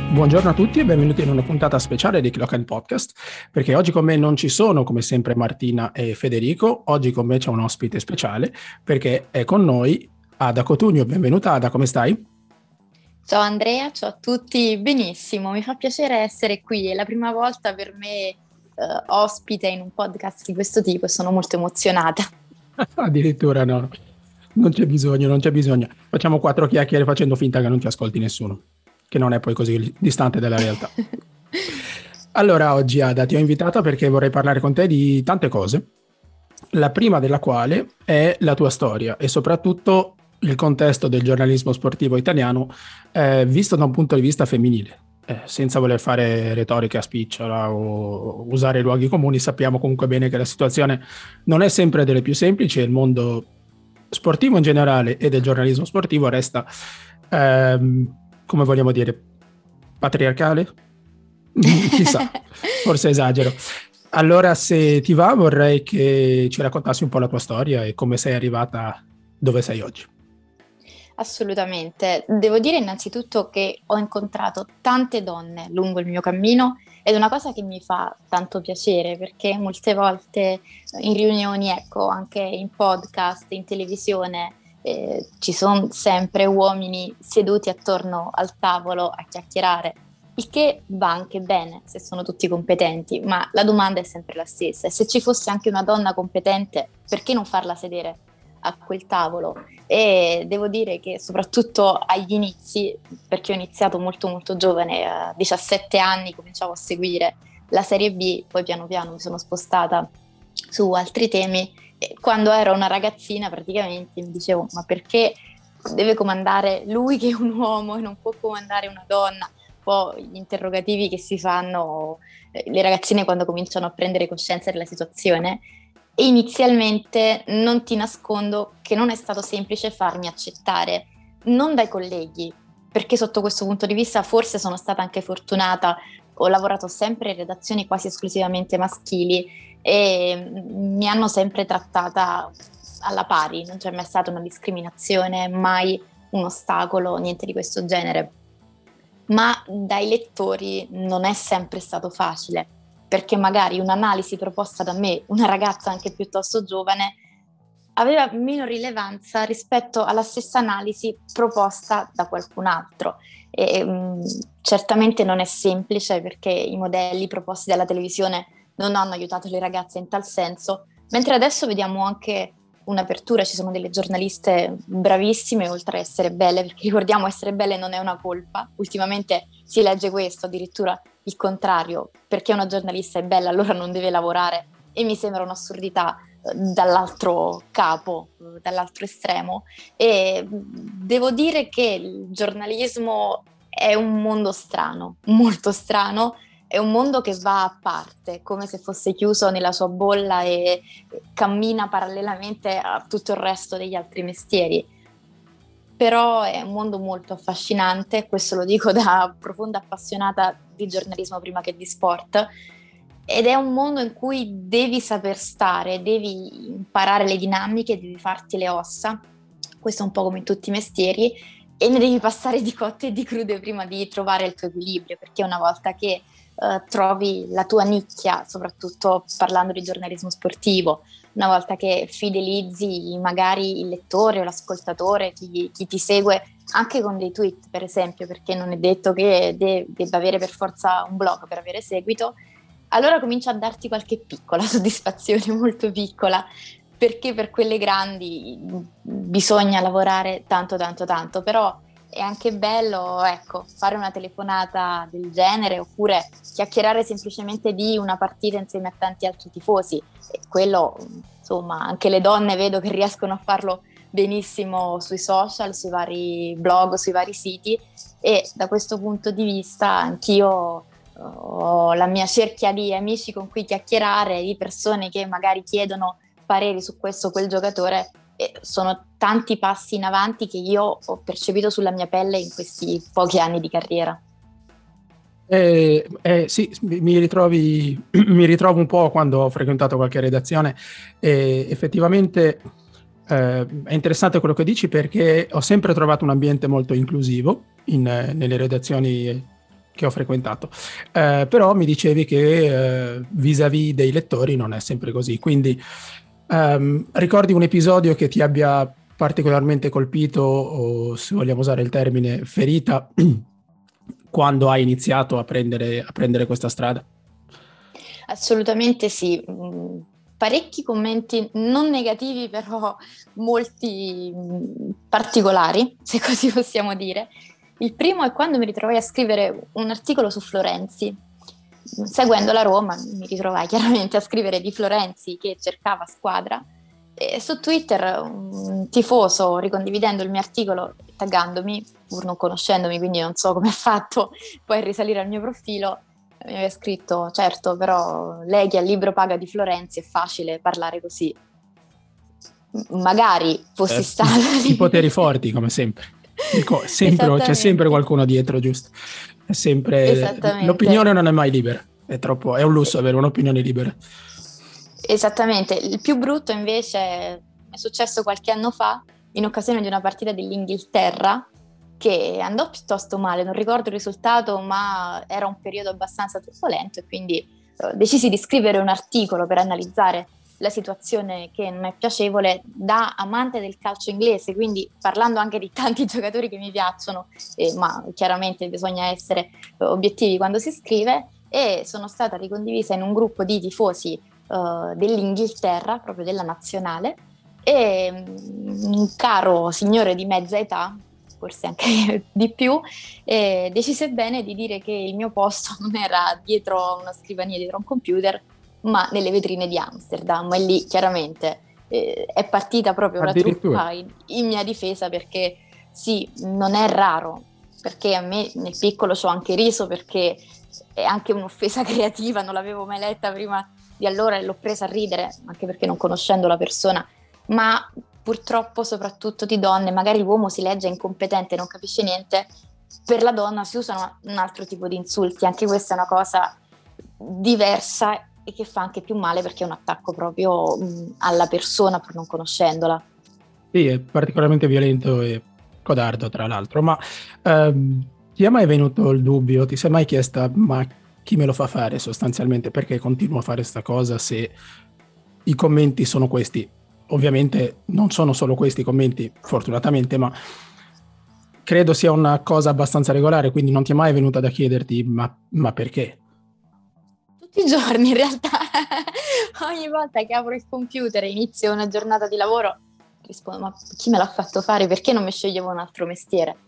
Buongiorno a tutti e benvenuti in una puntata speciale di Clock and Podcast, perché oggi con me non ci sono, come sempre, Martina e Federico. Oggi con me c'è un ospite speciale, perché è con noi Ada Cotugno. Benvenuta Ada, come stai? Ciao Andrea, ciao a tutti, benissimo, mi fa piacere essere qui, è la prima volta per me ospite in un podcast di questo tipo e sono molto emozionata. Addirittura no, non c'è bisogno, non c'è bisogno. Facciamo quattro chiacchiere facendo finta che non ti ascolti nessuno, che non è poi così distante dalla realtà. Allora oggi Ada ti ho invitata perché vorrei parlare con te di tante cose, la prima della quale è la tua storia e soprattutto il contesto del giornalismo sportivo italiano visto da un punto di vista femminile. Senza voler fare retorica a spicciola o usare luoghi comuni, sappiamo comunque bene che la situazione non è sempre delle più semplici e il mondo sportivo in generale e del giornalismo sportivo resta, come vogliamo dire, patriarcale? Chissà, forse esagero. Allora, se ti va, vorrei che ci raccontassi un po' la tua storia e come sei arrivata dove sei oggi. Assolutamente, devo dire innanzitutto che ho incontrato tante donne lungo il mio cammino ed è una cosa che mi fa tanto piacere perché molte volte in riunioni, ecco, anche in podcast, in televisione, ci sono sempre uomini seduti attorno al tavolo a chiacchierare, il che va anche bene se sono tutti competenti, ma la domanda è sempre la stessa. E se ci fosse anche una donna competente, perché non farla sedere a quel tavolo? E devo dire che soprattutto agli inizi, perché ho iniziato molto molto giovane, a 17 anni cominciavo a seguire la Serie B, poi piano piano mi sono spostata su altri temi. E quando ero una ragazzina praticamente mi dicevo: ma perché deve comandare lui che è un uomo e non può comandare una donna? Po' gli interrogativi che si fanno le ragazzine quando cominciano a prendere coscienza della situazione. E inizialmente non ti nascondo che non è stato semplice farmi accettare, non dai colleghi, perché sotto questo punto di vista forse sono stata anche fortunata, ho lavorato sempre in redazioni quasi esclusivamente maschili e mi hanno sempre trattata alla pari, non c'è mai stata una discriminazione, mai un ostacolo, niente di questo genere. Ma dai lettori non è sempre stato facile, perché magari un'analisi proposta da me, una ragazza anche piuttosto giovane, aveva meno rilevanza rispetto alla stessa analisi proposta da qualcun altro. E, certamente non è semplice perché i modelli proposti dalla televisione non hanno aiutato le ragazze in tal senso, mentre adesso vediamo anche un'apertura, ci sono delle giornaliste bravissime oltre a essere belle, perché ricordiamo essere belle non è una colpa, ultimamente si legge questo, addirittura il contrario, perché una giornalista è bella allora non deve lavorare, e mi sembra un'assurdità dall'altro capo, dall'altro estremo. E devo dire che il giornalismo è un mondo strano, molto strano, è un mondo che va a parte, come se fosse chiuso nella sua bolla e cammina parallelamente a tutto il resto degli altri mestieri. Però è un mondo molto affascinante, questo lo dico da profonda appassionata di giornalismo prima che di sport, ed è un mondo in cui devi saper stare, devi imparare le dinamiche, devi farti le ossa, questo è un po' come in tutti i mestieri, e ne devi passare di cotte e di crude prima di trovare il tuo equilibrio, perché una volta che trovi la tua nicchia, soprattutto parlando di giornalismo sportivo, una volta che fidelizzi magari il lettore o l'ascoltatore, chi ti segue, anche con dei tweet per esempio, perché non è detto che debba avere per forza un blog per avere seguito, allora comincia a darti qualche piccola soddisfazione, molto piccola, perché per quelle grandi bisogna lavorare tanto tanto tanto, però è anche bello, ecco, fare una telefonata del genere oppure chiacchierare semplicemente di una partita insieme a tanti altri tifosi. E quello, insomma, anche le donne vedo che riescono a farlo benissimo sui social, sui vari blog, sui vari siti, e da questo punto di vista anch'io ho la mia cerchia di amici con cui chiacchierare, di persone che magari chiedono pareri su questo o quel giocatore. E sono tanti passi in avanti che io ho percepito sulla mia pelle in questi pochi anni di carriera. Sì, mi ritrovo un po' quando ho frequentato qualche redazione e effettivamente è interessante quello che dici perché ho sempre trovato un ambiente molto inclusivo nelle redazioni che ho frequentato. Però mi dicevi che vis-à-vis dei lettori non è sempre così, quindi ricordi un episodio che ti abbia particolarmente colpito o, se vogliamo usare il termine, ferita quando hai iniziato a prendere questa strada? Assolutamente sì. Parecchi commenti non negativi, però molti particolari, se così possiamo dire. Il primo è quando mi ritrovai a scrivere un articolo su Florenzi. Seguendo la Roma, mi ritrovai chiaramente a scrivere di Florenzi che cercava squadra. E su Twitter un tifoso, ricondividendo il mio articolo, taggandomi, pur non conoscendomi, quindi non so come ha fatto poi a risalire al mio profilo, mi aveva scritto: certo, però lei che al libro paga di Florenzi, è facile parlare così. Magari fossi stata I poteri forti, come sempre. C'è sempre qualcuno dietro, giusto? È sempre, l'opinione non è mai libera, è un lusso avere un'opinione libera. Esattamente. Il più brutto invece è successo qualche anno fa, in occasione di una partita dell'Inghilterra che andò piuttosto male, non ricordo il risultato, ma era un periodo abbastanza turbolento, e quindi decisi di scrivere un articolo per analizzare la situazione, che non è piacevole, da amante del calcio inglese, quindi parlando anche di tanti giocatori che mi piacciono, ma chiaramente bisogna essere obiettivi quando si scrive, e sono stata ricondivisa in un gruppo di tifosi dell'Inghilterra, proprio della nazionale, e un caro signore di mezza età, forse anche di più, decise bene di dire che il mio posto non era dietro una scrivania, dietro un computer, ma nelle vetrine di Amsterdam. E lì chiaramente è partita proprio la truppa in mia difesa, perché sì, non è raro, perché a me nel piccolo ci ho anche riso, perché è anche un'offesa creativa, non l'avevo mai letta prima di allora e l'ho presa a ridere, anche perché non conoscendo la persona, ma purtroppo soprattutto di donne, magari l'uomo si legge incompetente, non capisce niente, per la donna si usano un altro tipo di insulti. Anche questa è una cosa diversa e che fa anche più male, perché è un attacco proprio alla persona, pur non conoscendola. Sì, è particolarmente violento e codardo, tra l'altro, ma ti è mai venuto il dubbio, ti sei mai chiesta: ma chi me lo fa fare sostanzialmente? Perché continuo a fare sta cosa se i commenti sono questi? Ovviamente non sono solo questi i commenti, fortunatamente, ma credo sia una cosa abbastanza regolare, quindi non ti è mai venuta da chiederti ma perché? Tutti i giorni in realtà. Ogni volta che apro il computer e inizio una giornata di lavoro rispondo: ma chi me l'ha fatto fare? Perché non mi sceglievo un altro mestiere?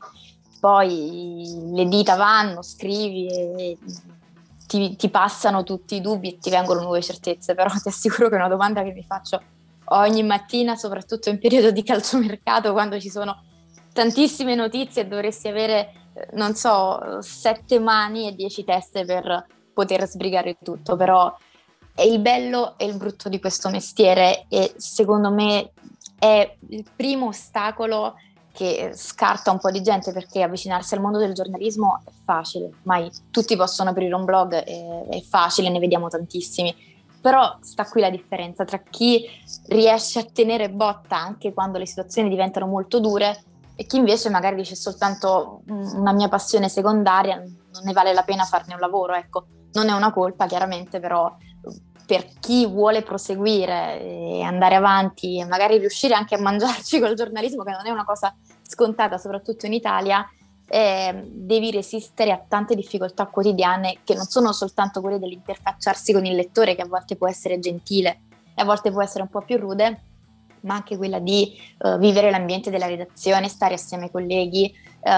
Poi le dita vanno, scrivi e ti passano tutti i dubbi e ti vengono nuove certezze, però ti assicuro che è una domanda che mi faccio ogni mattina, soprattutto in periodo di calciomercato, quando ci sono tantissime notizie e dovresti avere, non so, 7 mani e 10 teste per poter sbrigare tutto. Però è il bello e il brutto di questo mestiere, e secondo me è il primo ostacolo che scarta un po' di gente, perché avvicinarsi al mondo del giornalismo è facile, ormai tutti possono aprire un blog, è facile, ne vediamo tantissimi, però sta qui la differenza tra chi riesce a tenere botta anche quando le situazioni diventano molto dure, e chi invece magari dice: soltanto una mia passione secondaria, non ne vale la pena farne un lavoro. Ecco, non è una colpa chiaramente, però per chi vuole proseguire e andare avanti e magari riuscire anche a mangiarci col giornalismo, che non è una cosa scontata, soprattutto in Italia, devi resistere a tante difficoltà quotidiane, che non sono soltanto quelle dell'interfacciarsi con il lettore, che a volte può essere gentile e a volte può essere un po' più rude, ma anche quella di vivere l'ambiente della redazione, stare assieme ai colleghi,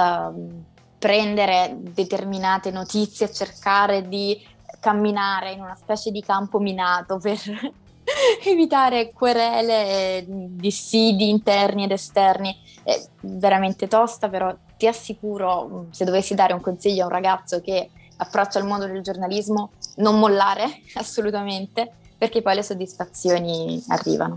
prendere determinate notizie e cercare di camminare in una specie di campo minato per evitare querele, dissidi interni ed esterni. È veramente tosta, però ti assicuro, se dovessi dare un consiglio a un ragazzo che approccia il mondo del giornalismo, non mollare assolutamente, perché poi le soddisfazioni arrivano.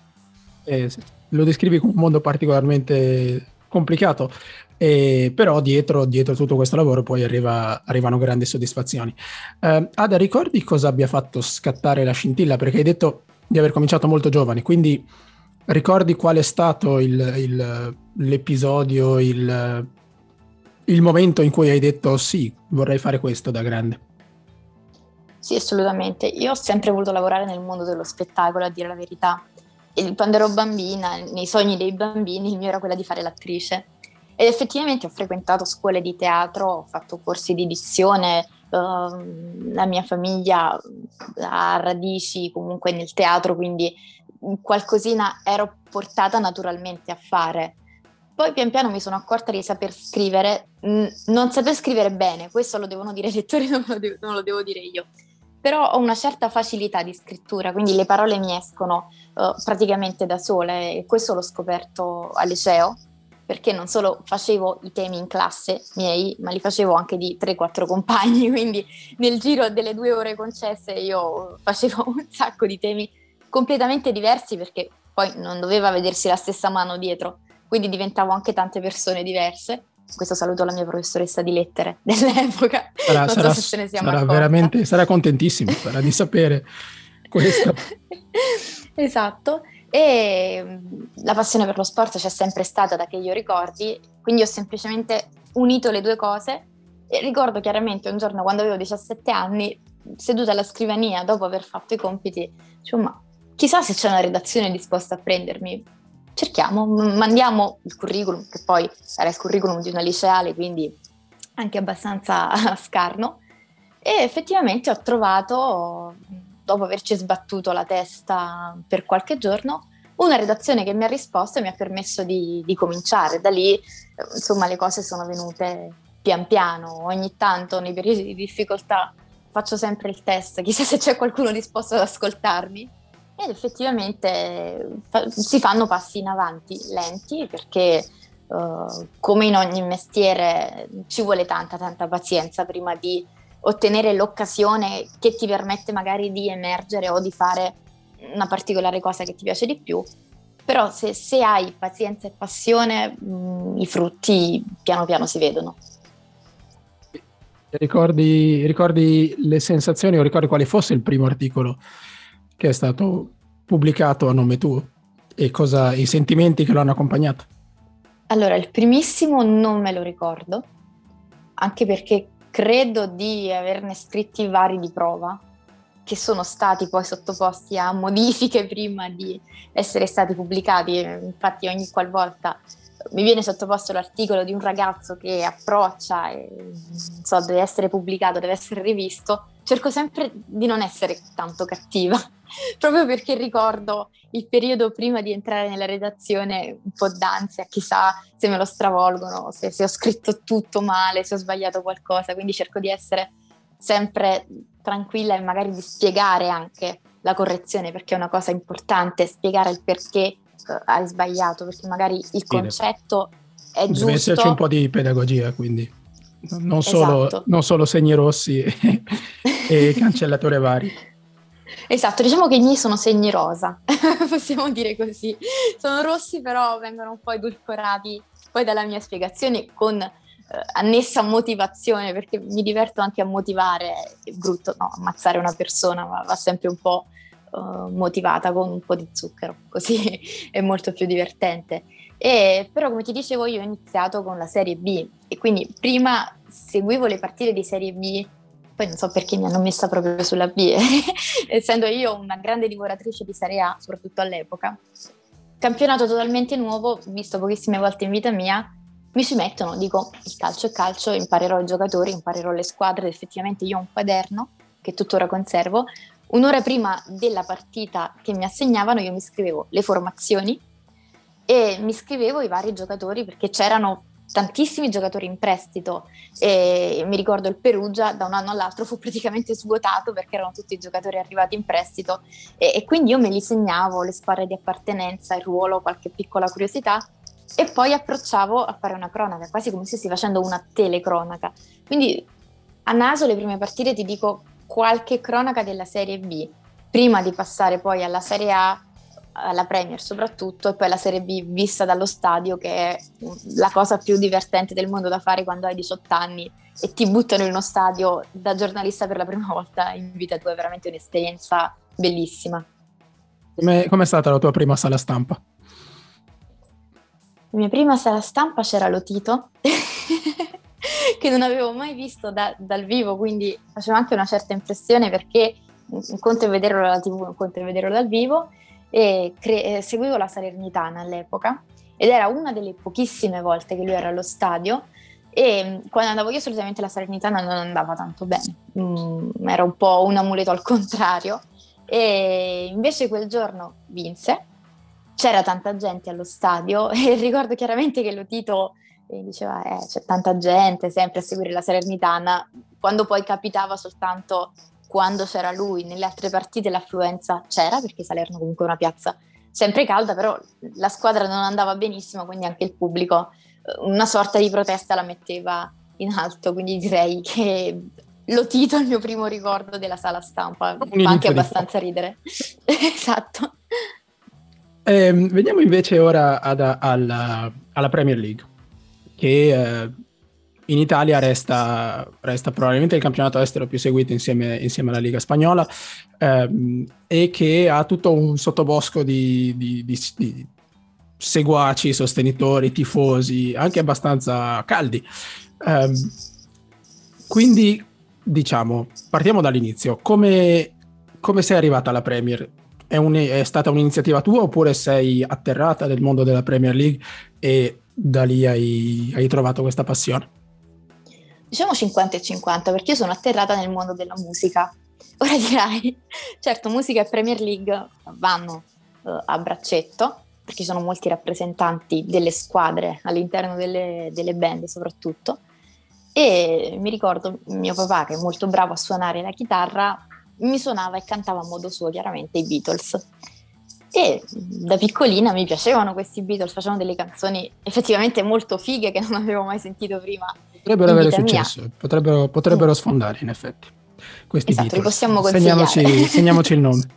Lo descrivi come un mondo particolarmente complicato, però dietro tutto questo lavoro poi arrivano grandi soddisfazioni. Ada, ricordi cosa abbia fatto scattare la scintilla? Perché hai detto di aver cominciato molto giovane, quindi ricordi qual è stato l'episodio, il momento in cui hai detto sì, vorrei fare questo da grande? Sì, assolutamente. Io ho sempre voluto lavorare nel mondo dello spettacolo, a dire la verità. E quando ero bambina, nei sogni dei bambini, il mio era quella di fare l'attrice. Ed effettivamente ho frequentato scuole di teatro, ho fatto corsi di dizione, la mia famiglia ha radici comunque nel teatro, quindi qualcosina ero portata naturalmente a fare. Poi pian piano mi sono accorta di saper scrivere, non saper scrivere bene, questo lo devono dire i lettori, non lo devo dire io. Però ho una certa facilità di scrittura, quindi le parole mi escono praticamente da sole, e questo l'ho scoperto al liceo, perché non solo facevo i temi in classe miei, ma li facevo anche di 3-4 compagni, quindi nel giro delle 2 ore concesse io facevo un sacco di temi completamente diversi, perché poi non doveva vedersi la stessa mano dietro, quindi diventavo anche tante persone diverse. Questo saluto la mia professoressa di lettere dell'epoca, Sarà, non so sarà, se se ne sia sarà accorta. veramente, sarà contentissimo, sarà di sapere questo. Esatto, e la passione per lo sport c'è sempre stata da che io ricordi, quindi ho semplicemente unito le due cose. E ricordo chiaramente un giorno, quando avevo 17 anni, seduta alla scrivania dopo aver fatto i compiti, dicevo, ma chissà se c'è una redazione disposta a prendermi. Cerchiamo, mandiamo il curriculum, che poi era il curriculum di una liceale, quindi anche abbastanza scarno, e effettivamente ho trovato, dopo averci sbattuto la testa per qualche giorno, una redazione che mi ha risposto e mi ha permesso di cominciare. Da lì, insomma, le cose sono venute pian piano. Ogni tanto, nei periodi di difficoltà, faccio sempre il test, chissà se c'è qualcuno disposto ad ascoltarmi. Ed effettivamente si fanno passi in avanti, lenti, perché come in ogni mestiere ci vuole tanta pazienza prima di ottenere l'occasione che ti permette magari di emergere o di fare una particolare cosa che ti piace di più. Però se hai pazienza e passione, i frutti piano piano si vedono. Ricordi le sensazioni o ricordi quale fosse il primo articolo che è stato pubblicato a nome tuo e i sentimenti che lo hanno accompagnato? Allora, il primissimo non me lo ricordo, anche perché credo di averne scritti vari di prova, che sono stati poi sottoposti a modifiche prima di essere stati pubblicati. Infatti ogni qualvolta mi viene sottoposto l'articolo di un ragazzo che approccia e non so, deve essere pubblicato, deve essere rivisto, cerco sempre di non essere tanto cattiva, proprio perché ricordo il periodo prima di entrare nella redazione, un po' d'ansia, chissà se me lo stravolgono, se ho scritto tutto male, se ho sbagliato qualcosa, quindi cerco di essere sempre tranquilla e magari di spiegare anche la correzione, perché è una cosa importante, spiegare il perché hai sbagliato, perché magari il concetto è Deve esserci un giusto. po' di pedagogia, quindi non Esatto. solo segni rossi e cancellature vari. Esatto, diciamo che i miei sono segni rosa, possiamo dire così. Sono rossi, però vengono un po' edulcorati poi dalla mia spiegazione con annessa motivazione, perché mi diverto anche a motivare. È brutto, no, ammazzare una persona, ma va sempre un po' motivata con un po' di zucchero, così è molto più divertente. E però, come ti dicevo, io ho iniziato con la serie B e quindi prima seguivo le partite di serie B. Poi non so perché mi hanno messa proprio sulla B, essendo io una grande divoratrice di Serie A, soprattutto all'epoca. Campionato totalmente nuovo, visto pochissime volte in vita mia, mi ci mettono, dico il calcio è calcio, imparerò i giocatori, imparerò le squadre, ed effettivamente io ho un quaderno che tuttora conservo. Un'ora prima della partita che mi assegnavano io mi scrivevo le formazioni e mi scrivevo i vari giocatori, perché c'erano tantissimi giocatori in prestito e mi ricordo il Perugia da un anno all'altro fu praticamente svuotato perché erano tutti i giocatori arrivati in prestito e quindi io me li segnavo, le squadre di appartenenza, il ruolo, qualche piccola curiosità e poi approcciavo a fare una cronaca, quasi come se stessi facendo una telecronaca. Quindi a naso le prime partite ti dico qualche cronaca della Serie B, prima di passare poi alla Serie A, alla Premier soprattutto, e poi la Serie B vista dallo stadio, che è la cosa più divertente del mondo da fare quando hai 18 anni e ti buttano in uno stadio da giornalista per la prima volta in vita tua. È veramente un'esperienza bellissima. Com'è stata la tua prima sala stampa? La mia prima sala stampa c'era Lotito che non avevo mai visto dal vivo, quindi faceva anche una certa impressione, perché un conto è vederlo alla TV, un conto è vederlo dal vivo, e seguivo la Salernitana all'epoca, ed era una delle pochissime volte che lui era allo stadio, e quando andavo io solitamente la Salernitana non andava tanto bene, era un po' un amuleto al contrario, e invece quel giorno vinse, c'era tanta gente allo stadio e ricordo chiaramente che Lotito diceva c'è tanta gente sempre a seguire la Salernitana, quando poi capitava soltanto quando c'era lui. Nelle altre partite l'affluenza c'era, perché Salerno comunque è una piazza sempre calda, però la squadra non andava benissimo, quindi anche il pubblico una sorta di protesta la metteva in alto, quindi direi che Lotito è il mio primo ricordo della sala stampa, fa anche abbastanza ridere. Esatto. Veniamo invece ora alla Premier League, che in Italia resta probabilmente il campionato estero più seguito insieme alla Liga Spagnola, e che ha tutto un sottobosco di seguaci, sostenitori, tifosi, anche abbastanza caldi. Quindi, diciamo, partiamo dall'inizio. Come sei arrivata alla Premier? È stata un'iniziativa tua, oppure sei atterrata nel mondo della Premier League e da lì hai trovato questa passione? Diciamo 50 e 50, perché io sono atterrata nel mondo della musica. Ora dirai, certo, musica e Premier League vanno a braccetto, perché ci sono molti rappresentanti delle squadre all'interno delle band soprattutto, e mi ricordo mio papà, che è molto bravo a suonare la chitarra, mi suonava e cantava a modo suo chiaramente i Beatles, e da piccolina mi piacevano questi Beatles, facevano delle canzoni effettivamente molto fighe che non avevo mai sentito prima. Potrebbero avere successo, potrebbero sfondare in effetti questi esatto, Beatles. Li possiamo consigliare. Segniamoci il nome.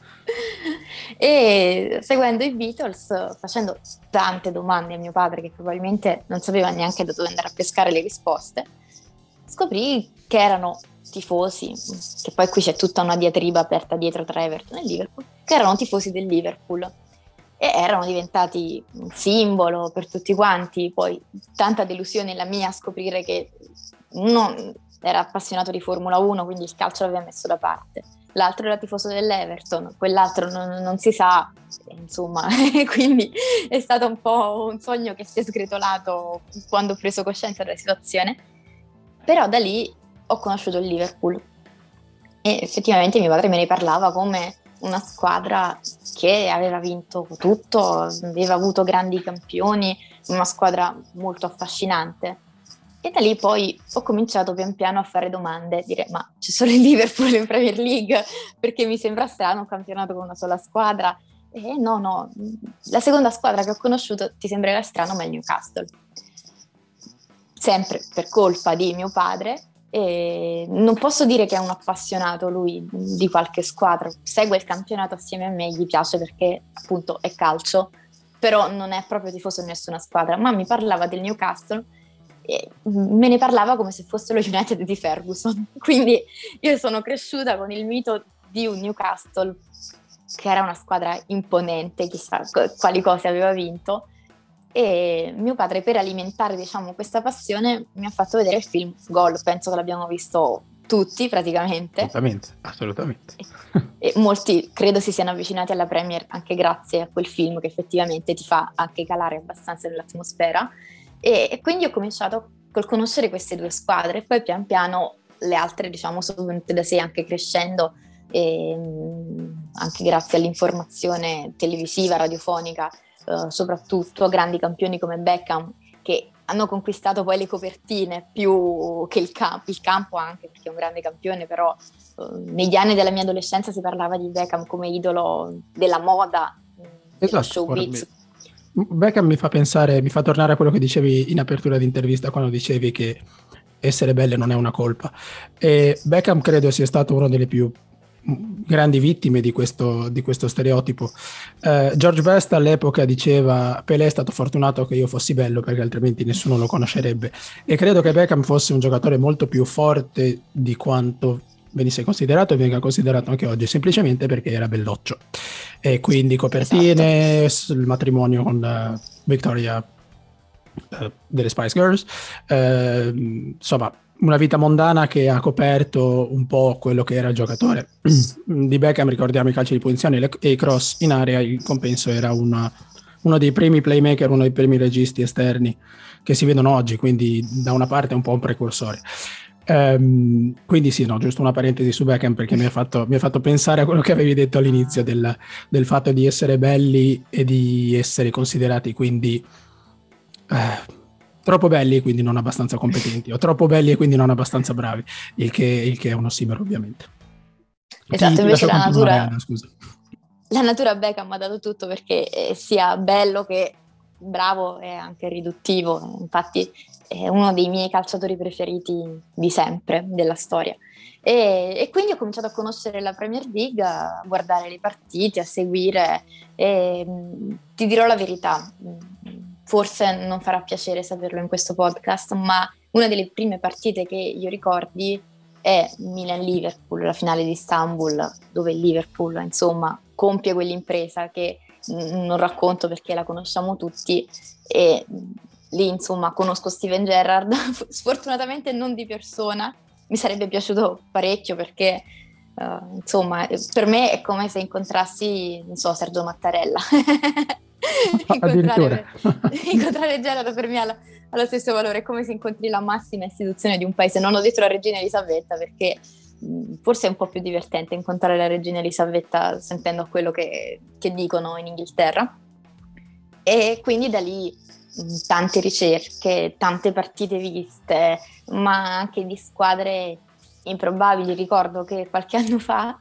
E seguendo i Beatles, facendo tante domande a mio padre, che probabilmente non sapeva neanche da dove andare a pescare le risposte, scoprì che erano tifosi, che poi qui c'è tutta una diatriba aperta dietro tra Everton e Liverpool, che erano tifosi del Liverpool e erano diventati un simbolo per tutti quanti. Poi tanta delusione la mia a scoprire che uno era appassionato di Formula 1, quindi il calcio l'aveva messo da parte, l'altro era tifoso dell'Everton, quell'altro non si sa, insomma, quindi è stato un po' un sogno che si è sgretolato quando ho preso coscienza della situazione. Però da lì ho conosciuto il Liverpool e effettivamente mio padre me ne parlava come una squadra che aveva vinto tutto, aveva avuto grandi campioni, una squadra molto affascinante. E da lì poi ho cominciato pian piano a fare domande, dire ma c'è solo il Liverpool in Premier League? Perché mi sembra strano un campionato con una sola squadra. E no, la seconda squadra che ho conosciuto ti sembrerà strano, ma è il Newcastle. Sempre per colpa di mio padre, e non posso dire che è un appassionato lui di qualche squadra, segue il campionato assieme a me, gli piace perché appunto è calcio, però non è proprio tifoso di nessuna squadra, ma mi parlava del Newcastle e me ne parlava come se fosse lo United di Ferguson, quindi io sono cresciuta con il mito di un Newcastle che era una squadra imponente, chissà quali cose aveva vinto. E mio padre, per alimentare diciamo questa passione, mi ha fatto vedere il film Gol, penso che l'abbiamo visto tutti praticamente. Assolutamente. E molti credo si siano avvicinati alla Premier anche grazie a quel film, che effettivamente ti fa anche calare abbastanza nell'atmosfera, e quindi ho cominciato col conoscere queste due squadre e poi pian piano le altre diciamo sono venute da sé anche crescendo, e anche grazie all'informazione televisiva, radiofonica. Soprattutto grandi campioni come Beckham, che hanno conquistato poi le copertine più che il campo anche, perché è un grande campione, però negli anni della mia adolescenza si parlava di Beckham come idolo della moda, dello showbiz. Beckham mi fa tornare a quello che dicevi in apertura di intervista, quando dicevi che essere belle non è una colpa, e Beckham credo sia stato uno delle più grandi vittime di questo stereotipo. George Best all'epoca diceva: Pelé è stato fortunato che io fossi bello, perché altrimenti nessuno lo conoscerebbe, e credo che Beckham fosse un giocatore molto più forte di quanto venisse considerato e venga considerato anche oggi, semplicemente perché era belloccio, e quindi copertine, esatto. Il matrimonio con Victoria delle Spice Girls. Insomma, una vita mondana che ha coperto un po' quello che era il giocatore. Di Beckham ricordiamo i calci di punizione e i cross in area, il compenso era uno dei primi playmaker, uno dei primi registi esterni che si vedono oggi, quindi da una parte è un po' un precursore. Quindi sì, no, giusto una parentesi su Beckham perché mi ha fatto pensare a quello che avevi detto all'inizio del fatto di essere belli e di essere considerati quindi troppo belli e quindi non abbastanza competenti, o troppo belli e quindi non abbastanza bravi, il che è un ossimoro ovviamente. Esatto, Ti invece lascio continuare, Anna, scusa. la natura Beckham ha dato tutto perché sia bello che bravo e anche riduttivo. Infatti è uno dei miei calciatori preferiti di sempre, della storia. E quindi ho cominciato a conoscere la Premier League, a guardare le partite, a seguire. E, ti dirò la verità, forse non farà piacere saperlo in questo podcast, ma una delle prime partite che io ricordi è Milan-Liverpool, la finale di Istanbul, dove il Liverpool, insomma, compie quell'impresa che non racconto perché la conosciamo tutti, e lì, insomma, conosco Steven Gerrard, sfortunatamente non di persona, mi sarebbe piaciuto parecchio perché, insomma, per me è come se incontrassi, non so, Sergio Mattarella. Addirittura. incontrare Gerrard per me ha lo stesso valore, è come se incontri la massima istituzione di un paese. Non ho detto la regina Elisabetta perché forse è un po' più divertente incontrare la regina Elisabetta sentendo quello che dicono in Inghilterra. E quindi da lì tante ricerche, tante partite viste, ma anche di squadre improbabili. Ricordo che qualche anno fa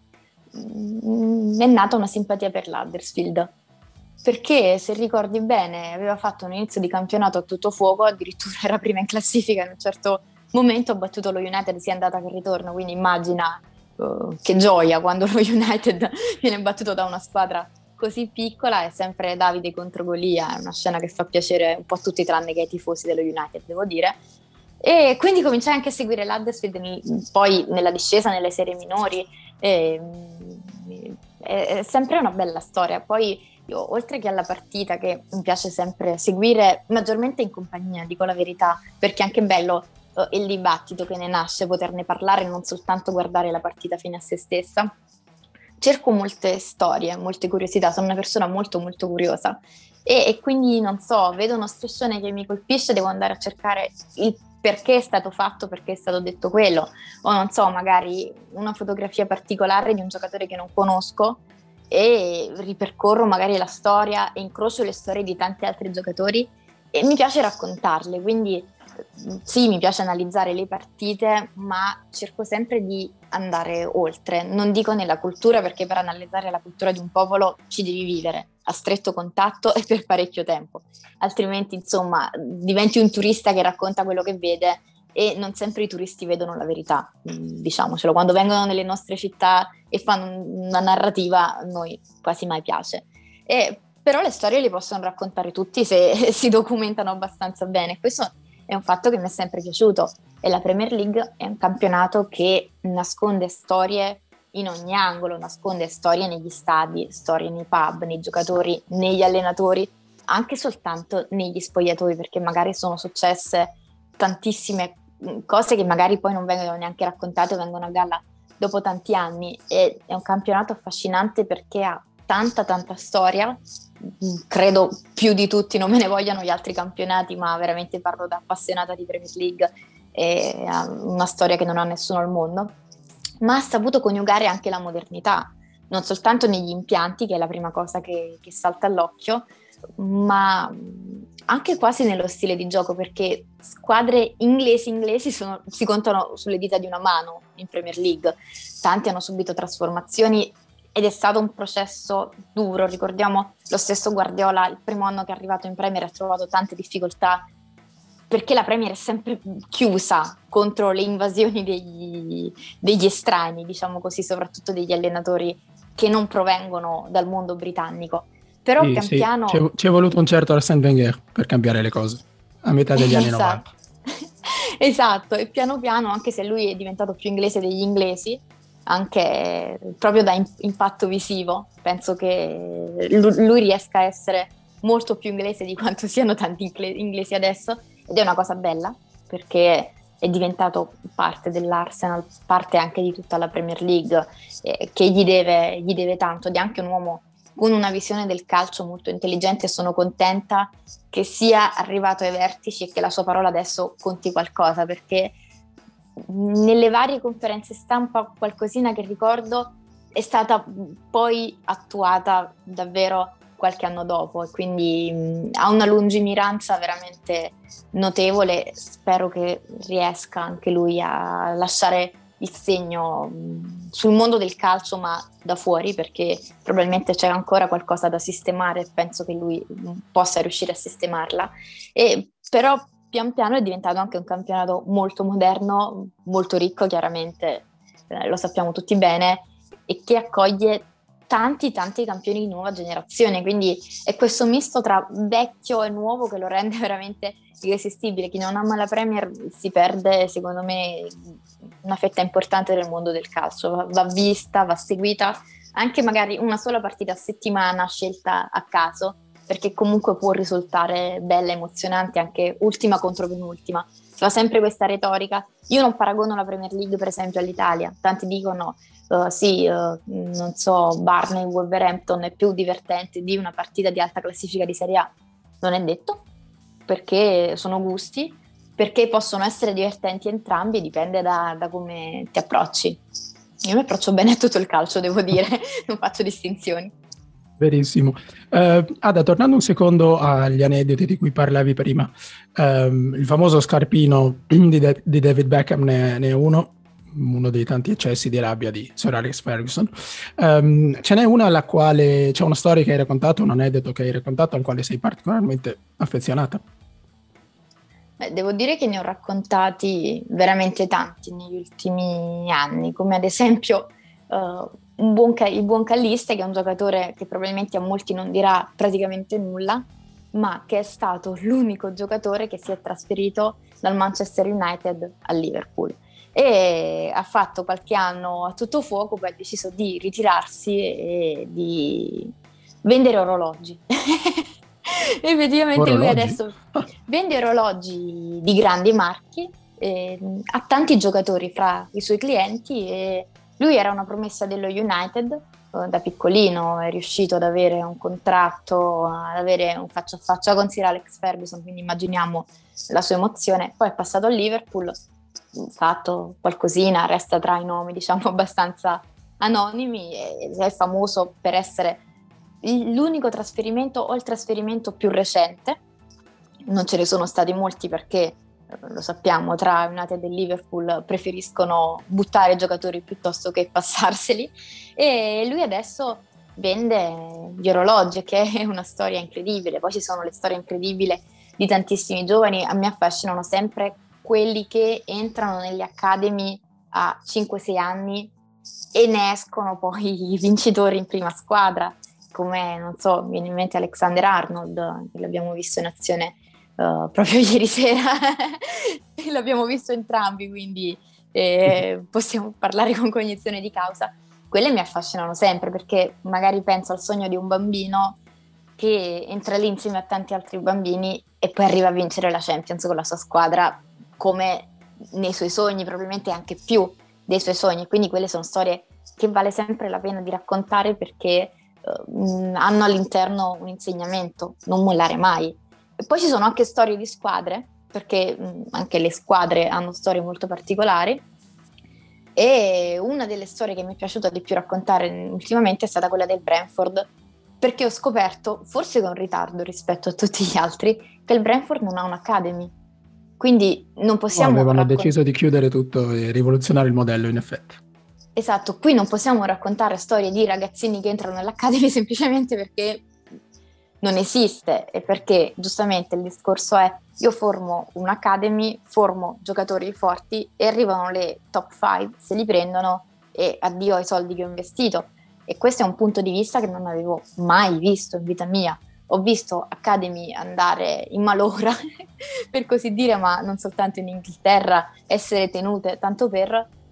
è nata una simpatia per l'Huddersfield, perché se ricordi bene aveva fatto un inizio di campionato a tutto fuoco, addirittura era prima in classifica, in un certo momento ha battuto lo United sia andata che ritorno, quindi immagina che gioia quando lo United viene battuto da una squadra così piccola. È sempre Davide contro Golia, è una scena che fa piacere un po' a tutti tranne che ai tifosi dello United, devo dire. E quindi cominciai anche a seguire l'Huddersfield poi nella discesa, nelle serie minori. È sempre una bella storia. Poi io, oltre che alla partita, che mi piace sempre seguire maggiormente in compagnia, dico la verità, perché è anche bello il dibattito che ne nasce, poterne parlare, non soltanto guardare la partita fine a se stessa. Cerco molte storie, molte curiosità, sono una persona molto molto curiosa e quindi non so, vedo uno striscione che mi colpisce, devo andare a cercare il perché è stato fatto, perché è stato detto quello, o non so, magari una fotografia particolare di un giocatore che non conosco e ripercorro magari la storia e incrocio le storie di tanti altri giocatori e mi piace raccontarle, quindi sì, mi piace analizzare le partite, ma cerco sempre di andare oltre. Non dico nella cultura, perché per analizzare la cultura di un popolo ci devi vivere a stretto contatto e per parecchio tempo. Altrimenti, insomma, diventi un turista che racconta quello che vede e non sempre i turisti vedono la verità, diciamocelo. Quando vengono nelle nostre città e fanno una narrativa, a noi quasi mai piace. Però le storie le possono raccontare tutti se si documentano abbastanza bene. Questo è un fatto che mi è sempre piaciuto e la Premier League è un campionato che nasconde storie in ogni angolo, nasconde storie negli stadi, storie nei pub, nei giocatori, negli allenatori, anche soltanto negli spogliatoi, perché magari sono successe tantissime cose che magari poi non vengono neanche raccontate, vengono a galla dopo tanti anni. E è un campionato affascinante perché ha tanta storia, credo più di tutti, non me ne vogliano gli altri campionati, ma veramente parlo da appassionata di Premier League, e ha una storia che non ha nessuno al mondo, ma ha saputo coniugare anche la modernità, non soltanto negli impianti, che è la prima cosa che salta all'occhio, ma anche quasi nello stile di gioco, perché squadre inglesi si contano sulle dita di una mano in Premier League. Tanti hanno subito trasformazioni ed è stato un processo duro. Ricordiamo lo stesso Guardiola, il primo anno che è arrivato in Premier ha trovato tante difficoltà perché la Premier è sempre chiusa contro le invasioni degli estranei, diciamo così, soprattutto degli allenatori che non provengono dal mondo britannico. Però Sì, pian sì, piano... ci è voluto un certo Arsène Wenger per cambiare le cose, a metà degli anni Esatto. 90. Esatto, e piano piano, anche se lui è diventato più inglese degli inglesi, anche proprio da impatto visivo, penso che lui riesca a essere molto più inglese di quanto siano tanti inglesi adesso, ed è una cosa bella perché è diventato parte dell'Arsenal, parte anche di tutta la Premier League, che gli deve tanto, ed è anche un uomo con una visione del calcio molto intelligente, e sono contenta che sia arrivato ai vertici e che la sua parola adesso conti qualcosa, perché nelle varie conferenze stampa qualcosina che ricordo è stata poi attuata davvero qualche anno dopo, e quindi ha una lungimiranza veramente notevole. Spero che riesca anche lui a lasciare il segno sul mondo del calcio, ma da fuori, perché probabilmente c'è ancora qualcosa da sistemare, penso che lui possa riuscire a sistemarla. E però pian piano è diventato anche un campionato molto moderno, molto ricco, chiaramente, lo sappiamo tutti bene, e che accoglie tanti campioni di nuova generazione, quindi è questo misto tra vecchio e nuovo che lo rende veramente irresistibile. Chi non ama la Premier si perde, secondo me, una fetta importante del mondo del calcio. Va vista, va seguita, anche magari una sola partita a settimana scelta a caso, perché comunque può risultare bella, emozionante, anche ultima contro penultima. Si fa sempre questa retorica. Io non paragono la Premier League, per esempio, all'Italia. Tanti dicono non so, Burnley, Wolverhampton è più divertente di una partita di alta classifica di Serie A. Non è detto, perché sono gusti, perché possono essere divertenti entrambi, dipende da come ti approcci. Io mi approccio bene a tutto il calcio, devo dire, non faccio distinzioni. Verissimo. Ada, tornando un secondo agli aneddoti di cui parlavi prima, il famoso scarpino di David Beckham ne è uno dei tanti eccessi di rabbia di Sir Alex Ferguson. Ce n'è una alla quale c'è una storia che hai raccontato, un aneddoto che hai raccontato al quale sei particolarmente affezionata? Devo dire che ne ho raccontati veramente tanti negli ultimi anni, come ad esempio il buon Calliste, che è un giocatore che probabilmente a molti non dirà praticamente nulla, ma che è stato l'unico giocatore che si è trasferito dal Manchester United al Liverpool, e ha fatto qualche anno a tutto fuoco, poi ha deciso di ritirarsi e di vendere orologi. Effettivamente lui Orologi? adesso vende orologi di grandi marchi, ha tanti giocatori fra i suoi clienti, e lui era una promessa dello United. Da piccolino è riuscito ad avere un contratto, ad avere un faccia a faccia con Sir Alex Ferguson, quindi immaginiamo la sua emozione. Poi è passato al Liverpool, fatto qualcosina, resta tra i nomi diciamo abbastanza anonimi, e è famoso per essere l'unico trasferimento o il trasferimento più recente. Non ce ne sono stati molti perché, lo sappiamo, tra United e Liverpool preferiscono buttare giocatori piuttosto che passarseli, e lui adesso vende gli orologi, che è una storia incredibile. Poi ci sono le storie incredibili di tantissimi giovani. A me affascinano sempre quelli che entrano negli academy a 5-6 anni e ne escono poi i vincitori in prima squadra, come, non so, mi viene in mente Alexander Arnold, che l'abbiamo visto in azione proprio ieri sera. L'abbiamo visto entrambi, quindi possiamo parlare con cognizione di causa. Quelle mi affascinano sempre, perché magari penso al sogno di un bambino che entra lì insieme a tanti altri bambini e poi arriva a vincere la Champions con la sua squadra, come nei suoi sogni, probabilmente anche più dei suoi sogni. Quindi quelle sono storie che vale sempre la pena di raccontare, perché hanno all'interno un insegnamento: non mollare mai. E poi ci sono anche storie di squadre, perché anche le squadre hanno storie molto particolari, e una delle storie che mi è piaciuta di più raccontare ultimamente è stata quella del Brentford, perché ho scoperto, forse con ritardo rispetto a tutti gli altri, che il Brentford non ha un'academy. Quindi non possiamo Avevano deciso di chiudere tutto e rivoluzionare il modello, in effetti. Esatto, qui non possiamo raccontare storie di ragazzini che entrano nell'Academy semplicemente perché non esiste, e perché giustamente il discorso è: io formo un'Academy, formo giocatori forti e arrivano le top 5, se li prendono e addio ai soldi che ho investito. E questo è un punto di vista che non avevo mai visto in vita mia. Ho visto Academy andare in malora, per così dire, ma non soltanto in Inghilterra, essere tenute tanto per.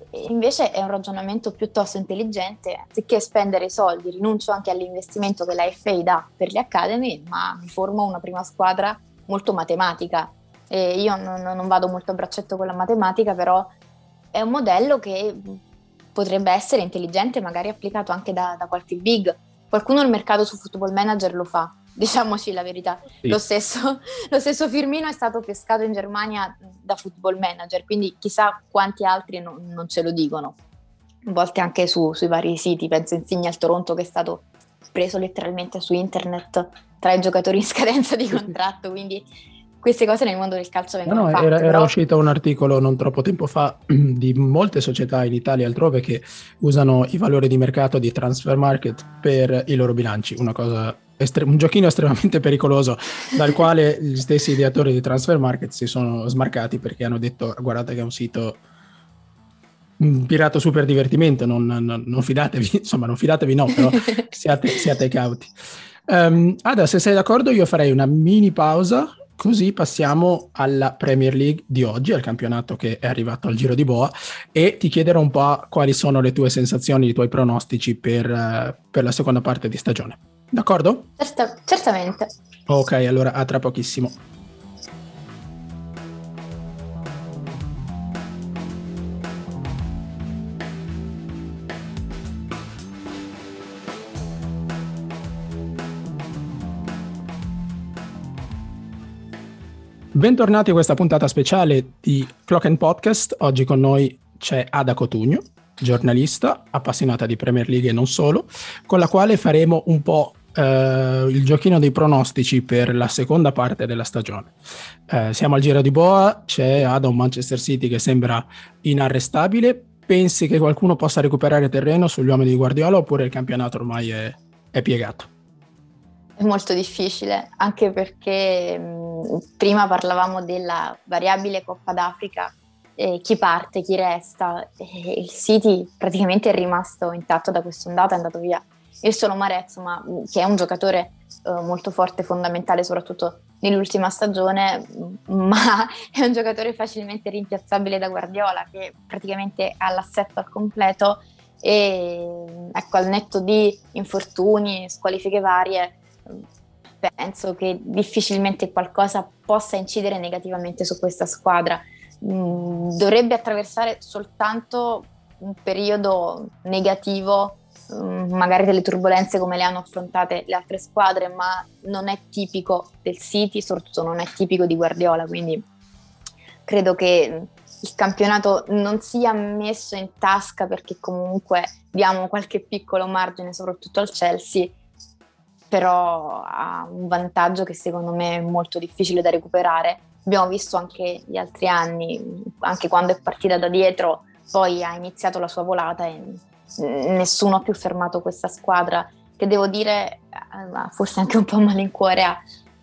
Invece è un ragionamento piuttosto intelligente: anziché spendere i soldi, rinuncio anche all'investimento che la FA dà per le Academy, ma mi formo una prima squadra molto matematica. E io non vado molto a braccetto con la matematica, però è un modello che potrebbe essere intelligente, magari applicato anche da qualche big. Qualcuno nel mercato su Football Manager lo fa, diciamoci la verità. Sì. Lo stesso Firmino è stato pescato in Germania da Football Manager, quindi chissà quanti altri non ce lo dicono. A volte anche sui vari siti, penso Insigne al Toronto, che è stato preso letteralmente su internet tra i giocatori in scadenza di contratto, quindi queste cose nel mondo del calcio vengono fatte. Era però... uscito un articolo non troppo tempo fa di molte società in Italia e altrove che usano i valori di mercato di transfer market per i loro bilanci, una cosa un giochino estremamente pericoloso, dal quale gli stessi ideatori di transfer market si sono smarcati perché hanno detto: guardate che è un sito pirato super divertimento, non fidatevi, insomma non fidatevi no, però siate cauti. Ada, se sei d'accordo io farei una mini pausa, così passiamo alla Premier League di oggi, al campionato che è arrivato al Giro di Boa, e ti chiederò un po' quali sono le tue sensazioni, i tuoi pronostici per la seconda parte di stagione. D'accordo? Certamente. Ok, allora a tra pochissimo. Bentornati a questa puntata speciale di Clock and Podcast. Oggi con noi c'è Ada Cotugno, giornalista, appassionata di Premier League e non solo, con la quale faremo un po' il giochino dei pronostici per la seconda parte della stagione. Siamo al Giro di Boa, c'è Ada un Manchester City che sembra inarrestabile. Pensi che qualcuno possa recuperare terreno sugli uomini di Guardiola oppure il campionato ormai è piegato? È molto difficile, anche perché prima parlavamo della variabile Coppa d'Africa, chi parte, chi resta, e il City praticamente è rimasto intatto da quest'ondata, è andato via il solo Mahrez, ma che è un giocatore molto forte, fondamentale soprattutto nell'ultima stagione, ma è un giocatore facilmente rimpiazzabile da Guardiola, che praticamente ha l'assetto al completo. E ecco, al netto di infortuni, squalifiche varie, penso che difficilmente qualcosa possa incidere negativamente su questa squadra. Dovrebbe attraversare soltanto un periodo negativo, magari delle turbulenze come le hanno affrontate le altre squadre, ma non è tipico del City, soprattutto non è tipico di Guardiola, quindi credo che il campionato non sia messo in tasca, perché comunque diamo qualche piccolo margine soprattutto al Chelsea, però ha un vantaggio che secondo me è molto difficile da recuperare. Abbiamo visto anche gli altri anni, anche quando è partita da dietro, poi ha iniziato la sua volata e nessuno ha più fermato questa squadra, che devo dire, forse anche un po' a malincuore, ha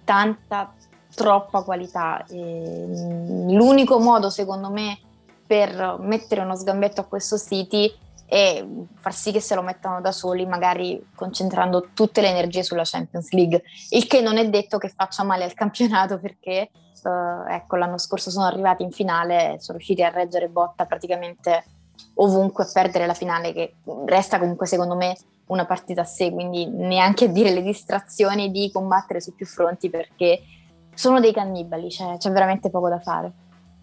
troppa qualità. L'unico modo secondo me per mettere uno sgambetto a questo City e far sì che se lo mettano da soli, magari concentrando tutte le energie sulla Champions League, il che non è detto che faccia male al campionato, perché ecco, l'anno scorso sono arrivati in finale, sono riusciti a reggere botta praticamente ovunque, a perdere la finale, che resta comunque secondo me una partita a sé, quindi neanche a dire le distrazioni di combattere su più fronti, perché sono dei cannibali, c'è veramente poco da fare.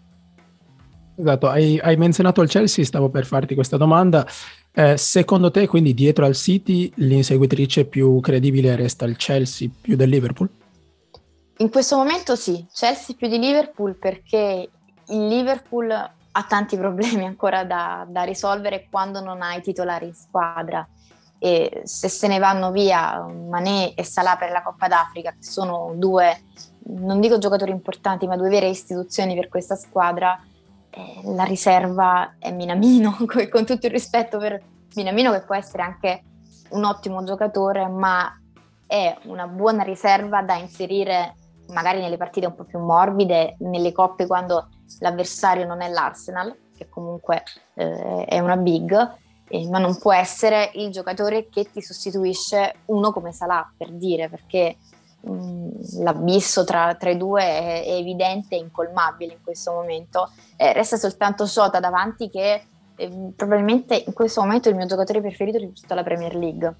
Esatto, hai menzionato il Chelsea, stavo per farti questa domanda. Secondo te, quindi dietro al City, l'inseguitrice più credibile resta il Chelsea più del Liverpool? In questo momento sì, Chelsea più di Liverpool, perché il Liverpool ha tanti problemi ancora da risolvere quando non ha i titolari in squadra, e se ne vanno via Mané e Salah per la Coppa d'Africa, che sono due, non dico giocatori importanti, ma due vere istituzioni per questa squadra, la riserva è Minamino, con tutto il rispetto per Minamino, che può essere anche un ottimo giocatore, ma è una buona riserva da inserire magari nelle partite un po' più morbide, nelle coppe quando l'avversario non è l'Arsenal, che comunque è una big, ma non può essere il giocatore che ti sostituisce uno come Salah, per dire, perché l'abisso tra i due è evidente e incolmabile in questo momento. Resta soltanto Jota davanti, che probabilmente in questo momento il mio giocatore preferito di tutta la Premier League,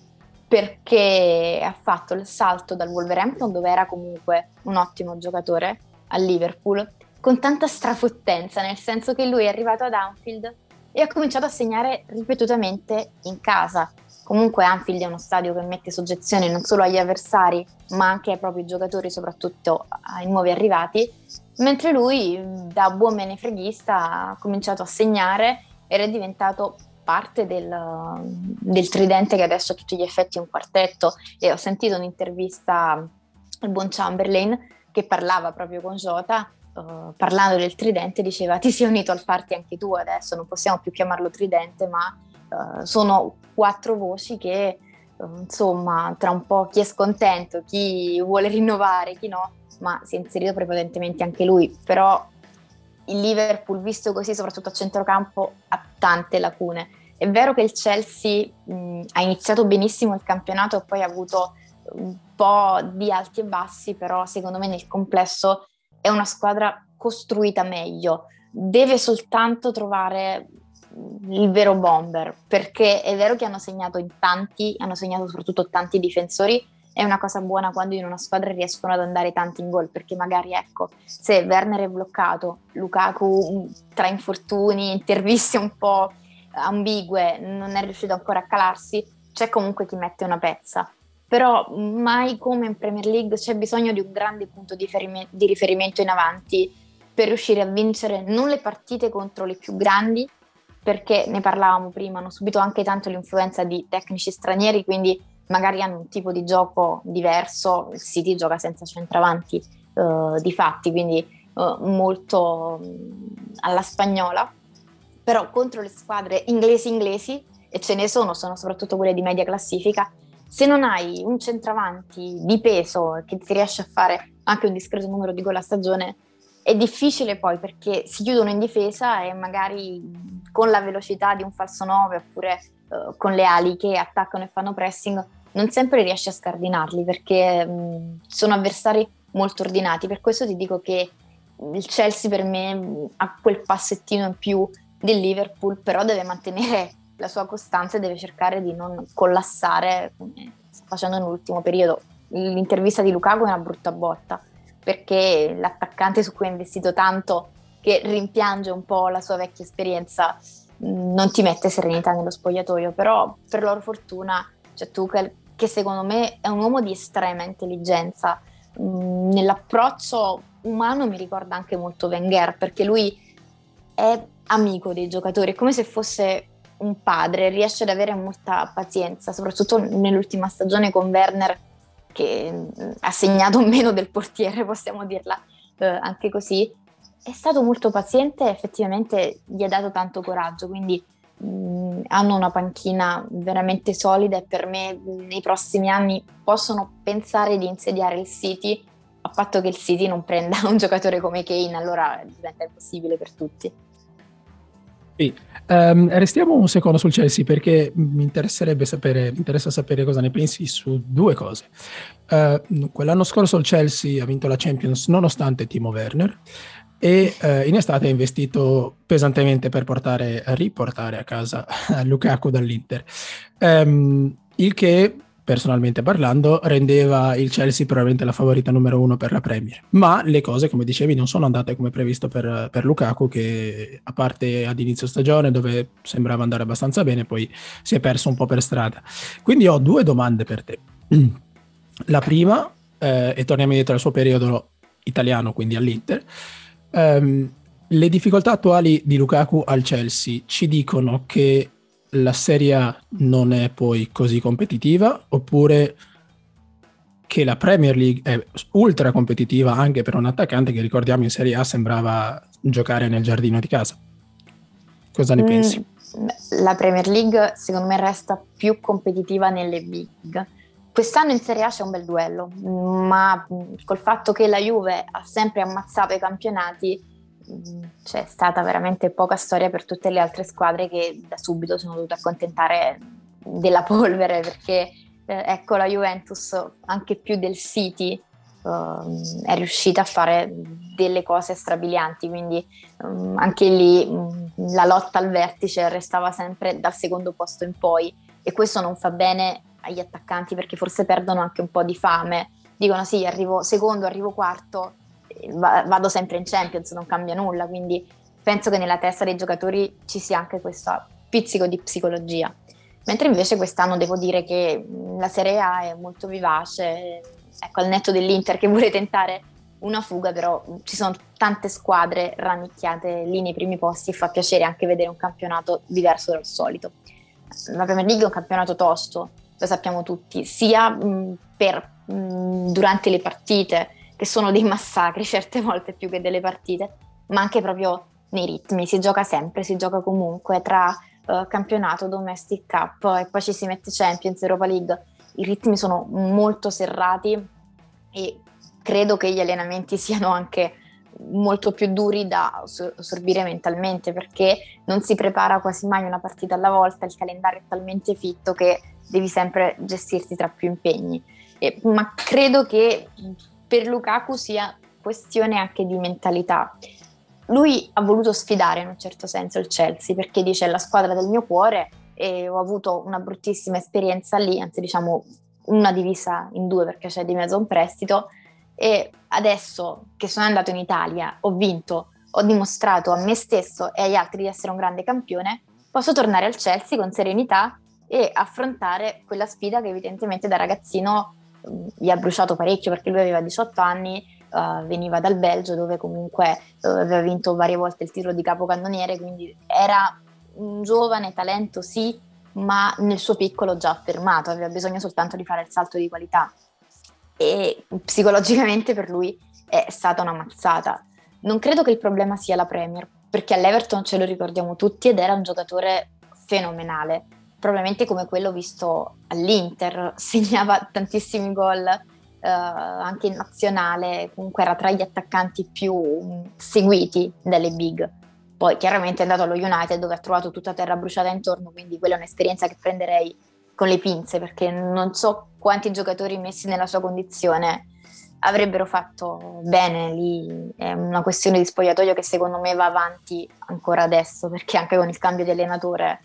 perché ha fatto il salto dal Wolverhampton, dove era comunque un ottimo giocatore, al Liverpool, con tanta strafottenza, nel senso che lui è arrivato ad Anfield e ha cominciato a segnare ripetutamente in casa. Comunque Anfield è uno stadio che mette soggezione non solo agli avversari, ma anche ai propri giocatori, soprattutto ai nuovi arrivati, mentre lui, da buon menefreghista, ha cominciato a segnare ed è diventato parte del tridente che adesso a tutti gli effetti è un quartetto. E ho sentito un'intervista al buon Chamberlain che parlava proprio con Jota, parlando del tridente, diceva: ti sei unito al party anche tu adesso, non possiamo più chiamarlo tridente, ma sono 4 voci che insomma, tra un po' chi è scontento, chi vuole rinnovare, chi no, ma si è inserito prepotentemente anche lui. Però il Liverpool, visto così, soprattutto a centrocampo, ha tante lacune. È vero che il Chelsea ha iniziato benissimo il campionato e poi ha avuto un po' di alti e bassi, però secondo me nel complesso è una squadra costruita meglio. Deve soltanto trovare il vero bomber, perché è vero che hanno segnato in tanti, hanno segnato soprattutto tanti difensori. È una cosa buona quando in una squadra riescono ad andare tanti in gol, perché magari, ecco, se Werner è bloccato, Lukaku tra infortuni, interviste un po' ambigue, non è riuscito ancora a calarsi, c'è comunque chi mette una pezza. Però mai come in Premier League c'è bisogno di un grande punto di riferimento in avanti per riuscire a vincere non le partite contro le più grandi, perché ne parlavamo prima, hanno subito anche tanto l'influenza di tecnici stranieri, quindi magari hanno un tipo di gioco diverso. Il City gioca senza centravanti di fatti, quindi molto alla spagnola, però contro le squadre inglesi, e ce ne sono soprattutto quelle di media classifica, se non hai un centravanti di peso che ti riesce a fare anche un discreto numero di gol a stagione, è difficile poi, perché si chiudono in difesa e magari con la velocità di un falso 9 oppure con le ali che attaccano e fanno pressing non sempre riesci a scardinarli, perché sono avversari molto ordinati. Per questo ti dico che il Chelsea per me ha quel passettino in più del Liverpool, però deve mantenere la sua costanza e deve cercare di non collassare come sta facendo nell'ultimo periodo. L'intervista di Lukaku è una brutta botta, perché l'attaccante su cui ha investito tanto, che rimpiange un po' la sua vecchia esperienza, non ti mette serenità nello spogliatoio. Però per loro fortuna c'è Tuchel, che secondo me è un uomo di estrema intelligenza. Nell'approccio umano mi ricorda anche molto Wenger, perché lui è amico dei giocatori, è come se fosse un padre, riesce ad avere molta pazienza, soprattutto nell'ultima stagione con Werner, che ha segnato meno del portiere, possiamo dirla anche così. È stato molto paziente e effettivamente gli ha dato tanto coraggio, quindi hanno una panchina veramente solida, e per me nei prossimi anni possono pensare di insediare il City, a patto che il City non prenda un giocatore come Kane, allora diventa impossibile per tutti. Sì. Restiamo un secondo sul Chelsea, perché mi interessa sapere cosa ne pensi su 2 cose. L'anno scorso il Chelsea ha vinto la Champions nonostante Timo Werner, e in estate ha investito pesantemente per riportare a casa Lukaku dall'Inter, il che, personalmente parlando, rendeva il Chelsea probabilmente la favorita numero 1 per la Premier. Ma le cose, come dicevi, non sono andate come previsto per Lukaku, che a parte ad inizio stagione, dove sembrava andare abbastanza bene, poi si è perso un po' per strada. Quindi ho 2 domande per te. La prima, e torniamo indietro al suo periodo italiano, quindi all'Inter. Le difficoltà attuali di Lukaku al Chelsea ci dicono che la Serie A non è poi così competitiva, oppure che la Premier League è ultra competitiva anche per un attaccante che, ricordiamo, in Serie A sembrava giocare nel giardino di casa? Cosa ne pensi? La Premier League secondo me resta più competitiva nelle big. Quest'anno in Serie A c'è un bel duello, ma col fatto che la Juve ha sempre ammazzato i campionati, c'è stata veramente poca storia per tutte le altre squadre, che da subito sono dovute accontentare della polvere, perché ecco, la Juventus anche più del City è riuscita a fare delle cose strabilianti, quindi anche lì la lotta al vertice restava sempre dal secondo posto in poi, e questo non fa bene agli attaccanti perché forse perdono anche un po' di fame, dicono sì, arrivo secondo, arrivo quarto, vado sempre in Champions, non cambia nulla, quindi penso che nella testa dei giocatori ci sia anche questo pizzico di psicologia. Mentre invece quest'anno devo dire che la Serie A è molto vivace, ecco, al netto dell'Inter che vuole tentare una fuga, però ci sono tante squadre rannicchiate lì nei primi posti e fa piacere anche vedere un campionato diverso dal solito. La Premier League è un campionato tosto, lo sappiamo tutti, sia durante le partite, che sono dei massacri certe volte più che delle partite, ma anche proprio nei ritmi. Si gioca sempre, si gioca comunque tra campionato, Domestic Cup e poi ci si mette Champions, Europa League. I ritmi sono molto serrati e credo che gli allenamenti siano anche molto più duri da assorbire mentalmente, perché non si prepara quasi mai una partita alla volta, il calendario è talmente fitto che devi sempre gestirti tra più impegni. Ma credo che per Lukaku sia questione anche di mentalità. Lui ha voluto sfidare in un certo senso il Chelsea, perché dice: è la squadra del mio cuore e ho avuto una bruttissima esperienza lì, anzi diciamo una divisa in due perché c'è di mezzo un prestito, e adesso che sono andato in Italia ho vinto, ho dimostrato a me stesso e agli altri di essere un grande campione, posso tornare al Chelsea con serenità e affrontare quella sfida che evidentemente da ragazzino gli ha bruciato parecchio, perché lui aveva 18 anni, veniva dal Belgio dove comunque aveva vinto varie volte il titolo di capocannoniere, quindi era un giovane talento sì, ma nel suo piccolo già affermato, aveva bisogno soltanto di fare il salto di qualità, e psicologicamente per lui è stata una mazzata. Non credo che il problema sia la Premier, perché all'Everton ce lo ricordiamo tutti ed era un giocatore fenomenale, probabilmente come quello visto all'Inter, segnava tantissimi gol, anche in nazionale, comunque era tra gli attaccanti più seguiti dalle big. Poi chiaramente è andato allo United dove ha trovato tutta terra bruciata intorno, quindi quella è un'esperienza che prenderei con le pinze, perché non so quanti giocatori messi nella sua condizione avrebbero fatto bene lì. È una questione di spogliatoio che secondo me va avanti ancora adesso, perché anche con il cambio di allenatore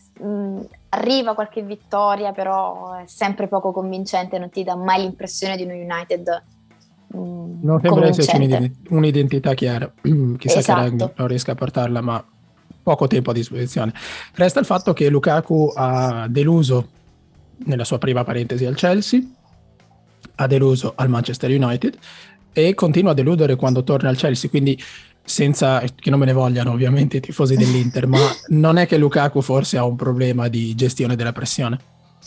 arriva qualche vittoria, però è sempre poco convincente, non ti dà mai l'impressione di uno United non sembra esserci convincente. un'identità chiara. Chissà che Esatto. non riesca a portarla, ma poco tempo a disposizione. Resta il fatto che Lukaku ha deluso nella sua prima parentesi al Chelsea, ha deluso al Manchester United e continua a deludere quando torna al Chelsea, quindi senza che non me ne vogliano ovviamente i tifosi dell'Inter, ma non è che Lukaku forse ha un problema di gestione della pressione?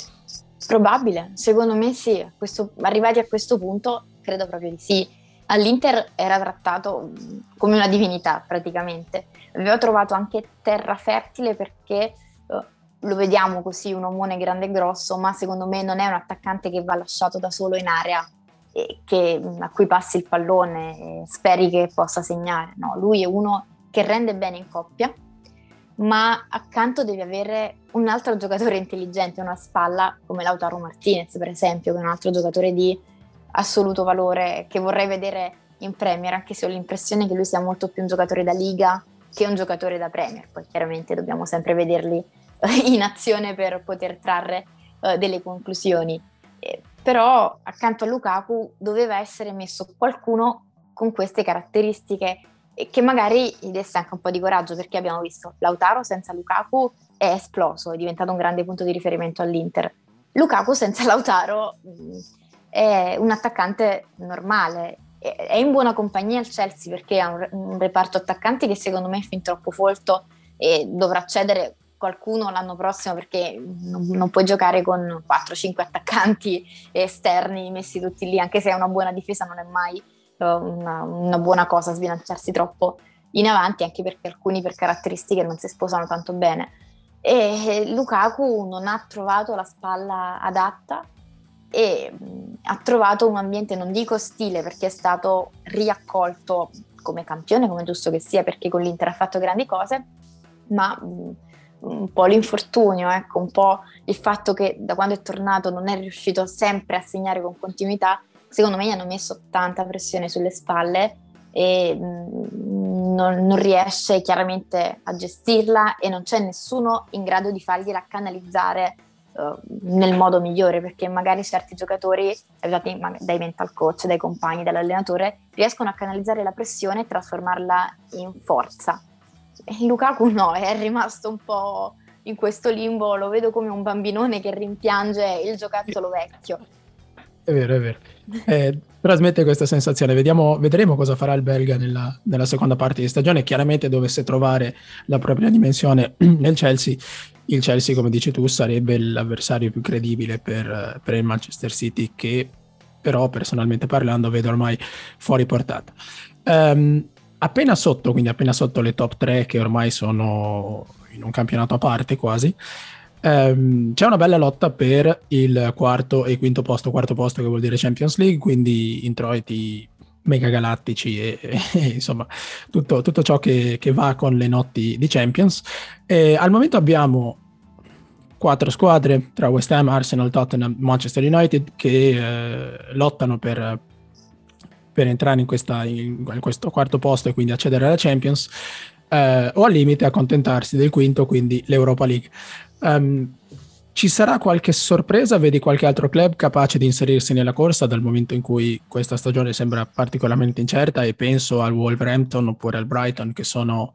Probabile, secondo me sì, arrivati a questo punto credo proprio di sì. All'Inter era trattato come una divinità praticamente, aveva trovato anche terra fertile perché lo vediamo così, un omone grande e grosso, ma secondo me non è un attaccante che va lasciato da solo in area e a cui passi il pallone e speri che possa segnare. No, lui è uno che rende bene in coppia, ma accanto devi avere un altro giocatore intelligente, una spalla come Lautaro Martinez per esempio, che è un altro giocatore di assoluto valore che vorrei vedere in Premier, anche se ho l'impressione che lui sia molto più un giocatore da Liga che un giocatore da Premier. Poi chiaramente dobbiamo sempre vederli in azione per poter trarre delle conclusioni, però accanto a Lukaku doveva essere messo qualcuno con queste caratteristiche e che magari gli desse anche un po' di coraggio, perché abbiamo visto Lautaro senza Lukaku è esploso, è diventato un grande punto di riferimento all'Inter. Lukaku senza Lautaro è un attaccante normale, è in buona compagnia al Chelsea perché ha un reparto attaccanti che secondo me è fin troppo folto e dovrà cedere qualcuno l'anno prossimo, perché non puoi giocare con 4-5 attaccanti esterni messi tutti lì, anche se è una buona difesa non è mai una buona cosa sbilanciarsi troppo in avanti, anche perché alcuni per caratteristiche non si sposano tanto bene, e Lukaku non ha trovato la spalla adatta e ha trovato un ambiente, non dico ostile perché è stato riaccolto come campione, come giusto che sia, perché con l'Inter ha fatto grandi cose, ma un po' l'infortunio, un po' il fatto che da quando è tornato non è riuscito sempre a segnare con continuità, secondo me gli hanno messo tanta pressione sulle spalle e non riesce chiaramente a gestirla e non c'è nessuno in grado di fargliela canalizzare nel modo migliore, perché magari certi giocatori, aiutati dai mental coach, dai compagni, dall'allenatore, riescono a canalizzare la pressione e trasformarla in forza. E Lukaku no, è rimasto un po' in questo limbo, lo vedo come un bambinone che rimpiange il giocattolo vecchio. È vero, è vero. Trasmette questa sensazione. Vedremo cosa farà il belga nella seconda parte di stagione. Chiaramente dovesse trovare la propria dimensione nel Chelsea. Il Chelsea, come dici tu, sarebbe l'avversario più credibile per il Manchester City, che però personalmente parlando vedo ormai fuori portata. Appena sotto le top 3, che ormai sono in un campionato a parte quasi, c'è una bella lotta per il quarto e quinto posto, quarto posto che vuol dire Champions League, quindi introiti mega galattici e insomma tutto ciò che va con le notti di Champions. Al momento abbiamo 4 squadre tra West Ham, Arsenal, Tottenham, Manchester United che lottano per entrare in questo quarto posto e quindi accedere alla Champions, o al limite accontentarsi del quinto, quindi l'Europa League. Ci sarà qualche sorpresa? Vedi qualche altro club capace di inserirsi nella corsa, dal momento in cui questa stagione sembra particolarmente incerta, e penso al Wolverhampton oppure al Brighton, che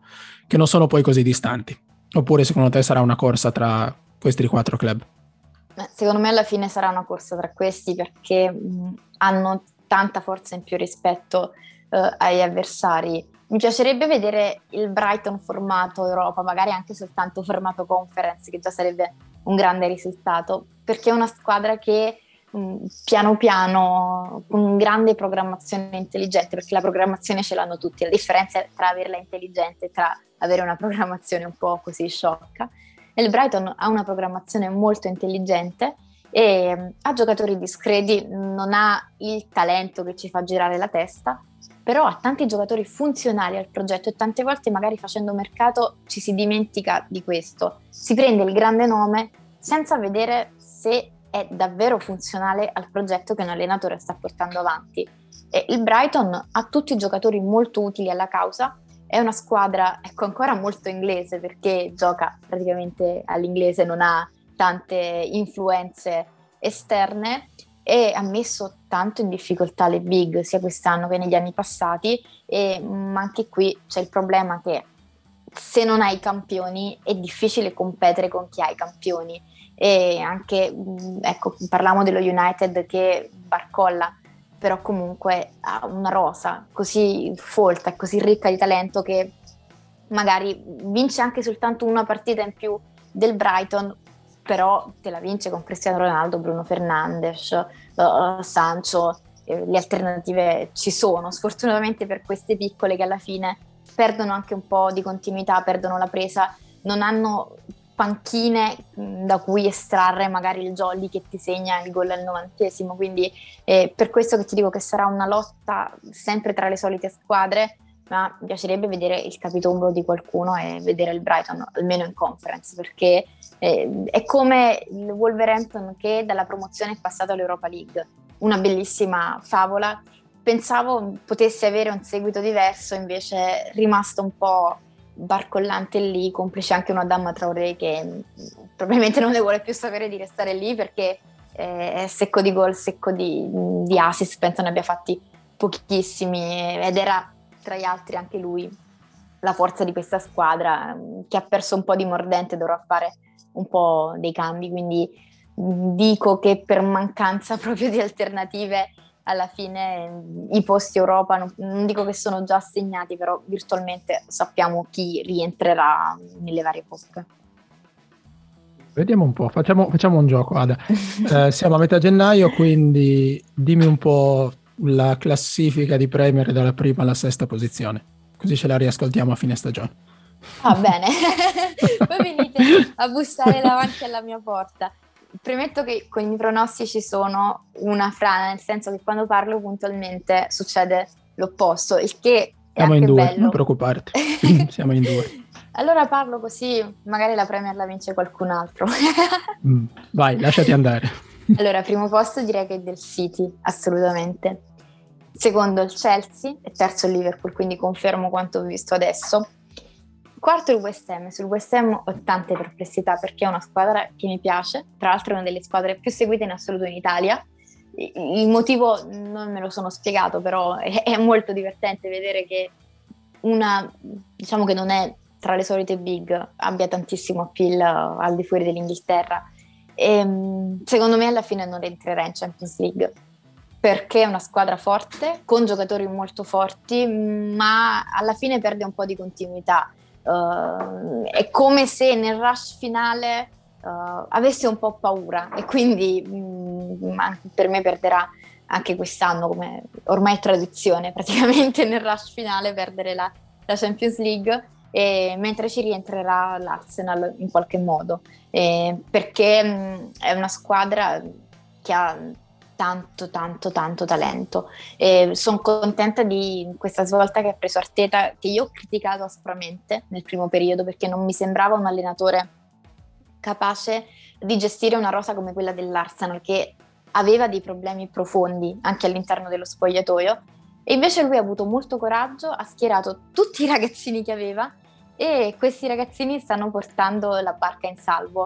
non sono poi così distanti? Oppure secondo te sarà una corsa tra questi 4 club? Secondo me alla fine sarà una corsa tra questi, perché hanno tanta forza in più rispetto agli avversari. Mi piacerebbe vedere il Brighton formato Europa, magari anche soltanto formato Conference, che già sarebbe un grande risultato, perché è una squadra che piano piano, con grande programmazione intelligente, perché la programmazione ce l'hanno tutti, la differenza è tra averla intelligente e tra avere una programmazione un po' così sciocca. E il Brighton ha una programmazione molto intelligente e ha giocatori discreti, non ha il talento che ci fa girare la testa, però ha tanti giocatori funzionali al progetto e tante volte magari facendo mercato ci si dimentica di questo. Si prende il grande nome senza vedere se è davvero funzionale al progetto che un allenatore sta portando avanti. E il Brighton ha tutti i giocatori molto utili alla causa, è una squadra ancora molto inglese, perché gioca praticamente all'inglese, non ha tante influenze esterne, e ha messo tanto in difficoltà le big sia quest'anno che negli anni passati, ma anche qui c'è il problema che se non hai campioni è difficile competere con chi ha i campioni. E anche, ecco, parliamo dello United che barcolla, però comunque ha una rosa così folta e così ricca di talento che magari vince anche soltanto una partita in più del Brighton, però te la vince con Cristiano Ronaldo, Bruno Fernandes, Sancho. Le alternative ci sono, sfortunatamente per queste piccole che alla fine perdono anche un po' di continuità, perdono la presa, non hanno panchine da cui estrarre magari il jolly che ti segna il gol al 90esimo, quindi per questo che ti dico che sarà una lotta sempre tra le solite squadre, ma mi piacerebbe vedere il capitombolo di qualcuno e vedere il Brighton almeno in Conference, perché è come il Wolverhampton che dalla promozione è passato all'Europa League, una bellissima favola. Pensavo potesse avere un seguito diverso, invece è rimasto un po' barcollante lì, complice anche una Adama Traoré che probabilmente non ne vuole più sapere di restare lì, perché è secco di gol, secco di assist, penso ne abbia fatti pochissimi, ed era tra gli altri anche lui la forza di questa squadra, che ha perso un po' di mordente, dovrà fare un po' dei cambi, quindi dico che per mancanza proprio di alternative alla fine i posti Europa non dico che sono già assegnati, però virtualmente sappiamo chi rientrerà nelle varie coppe. Vediamo un po', facciamo un gioco, Ada. Siamo a metà gennaio, quindi dimmi un po' la classifica di Premier dalla prima alla sesta posizione, così ce la riascoltiamo a fine stagione. Va bene, poi venite a bussare davanti alla mia porta. Premetto che con i miei pronostici sono una frana, nel senso che quando parlo puntualmente succede l'opposto, il che siamo è in anche due, bello. non preoccuparti, siamo in due. Allora parlo così, magari la Premier la vince qualcun altro. Vai, lasciati andare. Allora, primo posto direi che è del City, assolutamente. Secondo il Chelsea e terzo il Liverpool, quindi confermo quanto ho visto adesso. Quarto il West Ham. Sul West Ham ho tante perplessità perché è una squadra che mi piace, tra l'altro è una delle squadre più seguite in assoluto in Italia. Il motivo non me lo sono spiegato, però è molto divertente vedere che una, diciamo che non è tra le solite big, abbia tantissimo appeal al di fuori dell'Inghilterra. Secondo me alla fine non entrerà in Champions League perché è una squadra forte, con giocatori molto forti, ma alla fine perde un po' di continuità. È come se nel rush finale avesse un po' paura e quindi per me perderà anche quest'anno, come ormai è tradizione praticamente nel rush finale perdere la Champions League, mentre ci rientrerà l'Arsenal in qualche modo, perché è una squadra che ha tanto talento. Sono contenta di questa svolta che ha preso Arteta, che io ho criticato aspramente nel primo periodo perché non mi sembrava un allenatore capace di gestire una rosa come quella dell'Arsenal, che aveva dei problemi profondi anche all'interno dello spogliatoio, e invece lui ha avuto molto coraggio, ha schierato tutti i ragazzini che aveva e questi ragazzini stanno portando la barca in salvo,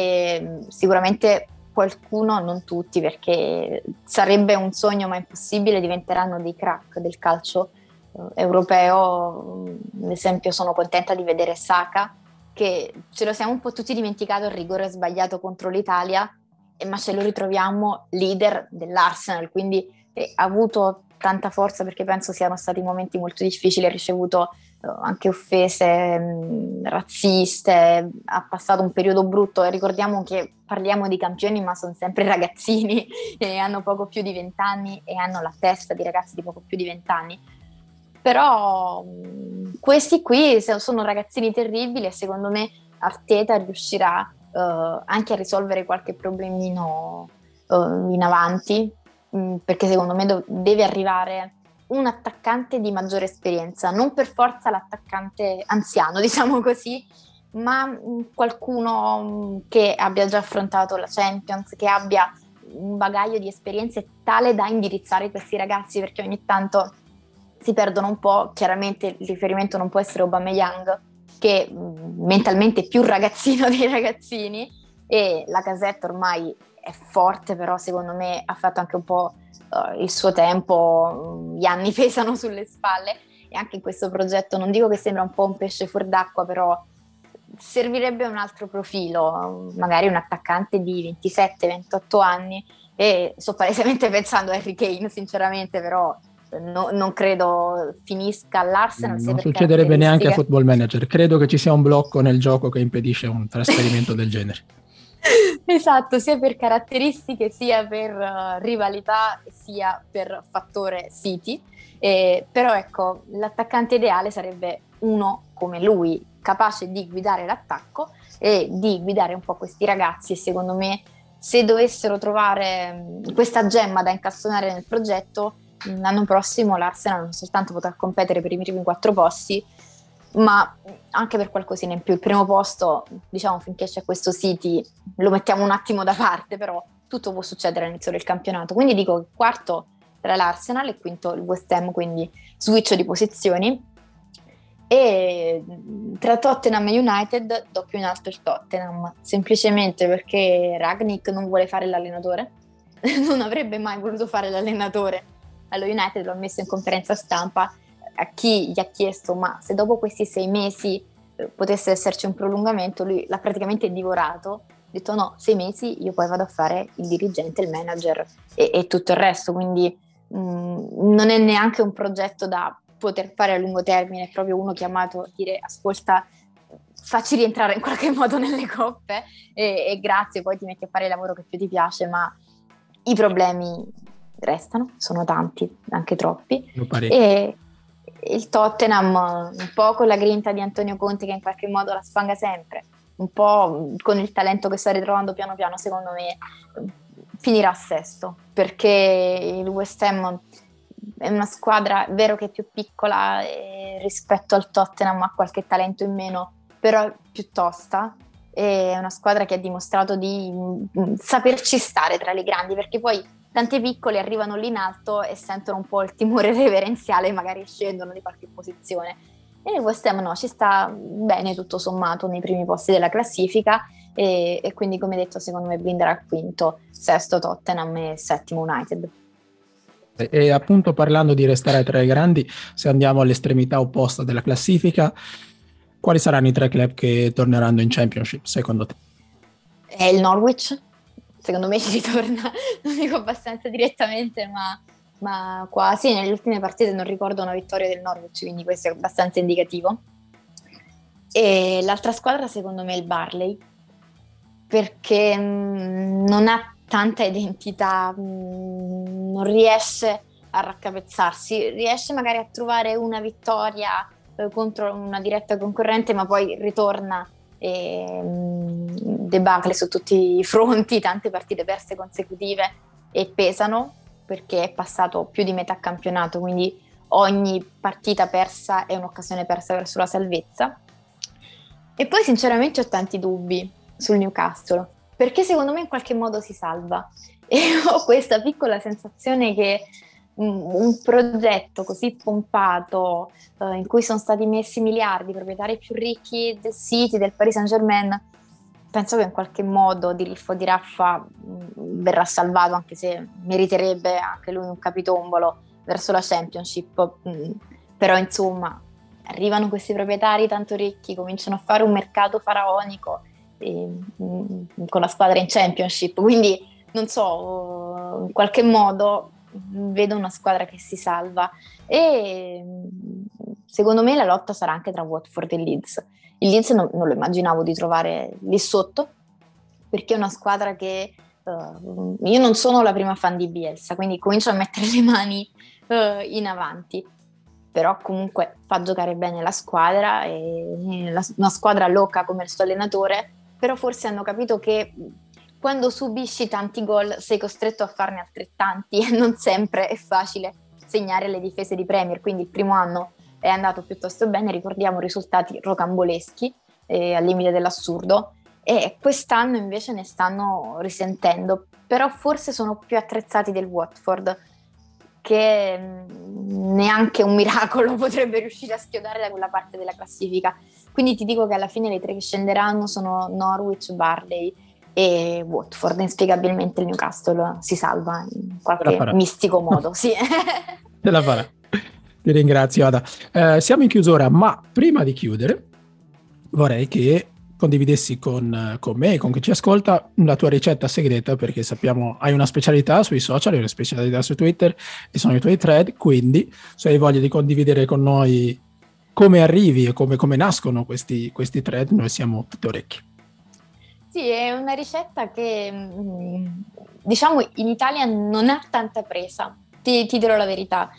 e sicuramente qualcuno, non tutti perché sarebbe un sogno ma impossibile, diventeranno dei crack del calcio europeo. Ad esempio sono contenta di vedere Saka, che ce lo siamo un po' tutti dimenticato il rigore sbagliato contro l'Italia, ma ce lo ritroviamo leader dell'Arsenal, quindi ha avuto tanta forza perché penso siano stati momenti molto difficili, ha ricevuto anche offese razziste, ha passato un periodo brutto e ricordiamo che parliamo di campioni ma sono sempre ragazzini e hanno poco più di 20 anni e hanno la testa di ragazzi di poco più di 20 anni. Però questi qui sono ragazzini terribili e secondo me Arteta riuscirà anche a risolvere qualche problemino in avanti, perché secondo me deve arrivare un attaccante di maggiore esperienza, non per forza l'attaccante anziano, diciamo così, ma qualcuno che abbia già affrontato la Champions, che abbia un bagaglio di esperienze tale da indirizzare questi ragazzi, perché ogni tanto si perdono un po'. Chiaramente il riferimento non può essere Aubameyang, che mentalmente è più ragazzino dei ragazzini, e la Casetta ormai è forte, però secondo me ha fatto anche un po' il suo tempo, gli anni pesano sulle spalle, e anche in questo progetto non dico che sembra un po' un pesce fuor d'acqua, però servirebbe un altro profilo, magari un attaccante di 27-28 anni, e sto palesemente pensando a Harry Kane sinceramente, però non credo finisca all'Arsenal sia Non per succederebbe neanche a caratteristiche. Football Manager. Credo che ci sia un blocco nel gioco che impedisce un trasferimento del genere. Esatto, sia per caratteristiche, sia per rivalità, sia per fattore City. Però ecco, l'attaccante ideale sarebbe uno come lui, capace di guidare l'attacco e di guidare un po' questi ragazzi, e secondo me se dovessero trovare questa gemma da incastonare nel progetto, l'anno prossimo l'Arsenal non soltanto potrà competere per i primi 4 posti, ma anche per qualcosina in più. Il primo posto, diciamo, finché c'è questo City, lo mettiamo un attimo da parte, però tutto può succedere all'inizio del campionato. Quindi dico che quarto tra l'Arsenal e quinto il West Ham, quindi switch di posizioni. E tra Tottenham e United do più in alto il Tottenham, semplicemente perché Rangnick non vuole fare l'allenatore, non avrebbe mai voluto fare l'allenatore allo United, l'ho messo in conferenza stampa a chi gli ha chiesto ma se dopo questi 6 mesi potesse esserci un prolungamento, lui l'ha praticamente divorato, ha detto no, 6 mesi, io poi vado a fare il dirigente, il manager e tutto il resto, quindi non è neanche un progetto da poter fare a lungo termine, è proprio uno chiamato a dire ascolta, facci rientrare in qualche modo nelle coppe e grazie, poi ti metti a fare il lavoro che più ti piace, ma i problemi restano, sono tanti, anche troppi, e il Tottenham un po' con la grinta di Antonio Conte che in qualche modo la sfanga sempre, un po' con il talento che sta ritrovando piano piano, secondo me finirà a sesto, perché il West Ham è una squadra, è vero che è più piccola rispetto al Tottenham, ha qualche talento in meno, però è più tosta è una squadra che ha dimostrato di saperci stare tra le grandi, perché poi tante piccole arrivano lì in alto e sentono un po' il timore reverenziale, magari scendono di qualche posizione. E il West Ham no, ci sta bene tutto sommato nei primi posti della classifica e quindi come detto secondo me blinderà al quinto, sesto Tottenham e settimo United. E appunto parlando di restare tra i grandi, se andiamo all'estremità opposta della classifica, quali saranno i tre club che torneranno in Championship secondo te? È il Norwich, secondo me ci ritorna, non dico abbastanza direttamente, ma quasi nelle ultime partite non ricordo una vittoria del Norwich, quindi questo è abbastanza indicativo. E l'altra squadra secondo me è il Barley, perché non ha tanta identità, non riesce a raccapezzarsi, riesce magari a trovare una vittoria contro una diretta concorrente, ma poi ritorna e debacle su tutti i fronti, tante partite perse consecutive e pesano perché è passato più di metà campionato, quindi ogni partita persa è un'occasione persa verso la salvezza. E poi sinceramente ho tanti dubbi sul Newcastle, perché secondo me in qualche modo si salva e ho questa piccola sensazione che un progetto così pompato in cui sono stati messi miliardi, proprietari più ricchi del City, del Paris Saint-Germain, penso che in qualche modo di Riffo di Raffa verrà salvato, anche se meriterebbe anche lui un capitombolo verso la Championship, però insomma arrivano questi proprietari tanto ricchi, cominciano a fare un mercato faraonico con la squadra in Championship, quindi non so, in qualche modo vedo una squadra che si salva e secondo me la lotta sarà anche tra Watford e Leeds. Il Leeds non lo immaginavo di trovare lì sotto, perché è una squadra che io non sono la prima fan di Bielsa, quindi comincio a mettere le mani in avanti, però comunque fa giocare bene la squadra, una squadra loca come il suo allenatore, però forse hanno capito che quando subisci tanti gol sei costretto a farne altrettanti e non sempre è facile segnare le difese di Premier, quindi il primo anno è andato piuttosto bene, ricordiamo risultati rocamboleschi al limite dell'assurdo, e quest'anno invece ne stanno risentendo, però forse sono più attrezzati del Watford, che neanche un miracolo potrebbe riuscire a schiodare da quella parte della classifica. Quindi ti dico che alla fine le tre che scenderanno sono Norwich, Barley e Watford. Inspiegabilmente il Newcastle si salva in qualche mistico modo. Sì. Ce la farà. Ti ringrazio, Ada. Siamo in chiusura, ma prima di chiudere vorrei che condividessi con me e con chi ci ascolta la tua ricetta segreta, perché sappiamo hai una specialità sui social, hai una specialità su Twitter e sono i tuoi thread, quindi se hai voglia di condividere con noi come arrivi e come nascono questi thread, noi siamo tutti orecchi. Sì, è una ricetta che diciamo in Italia non ha tanta presa, ti dirò la verità.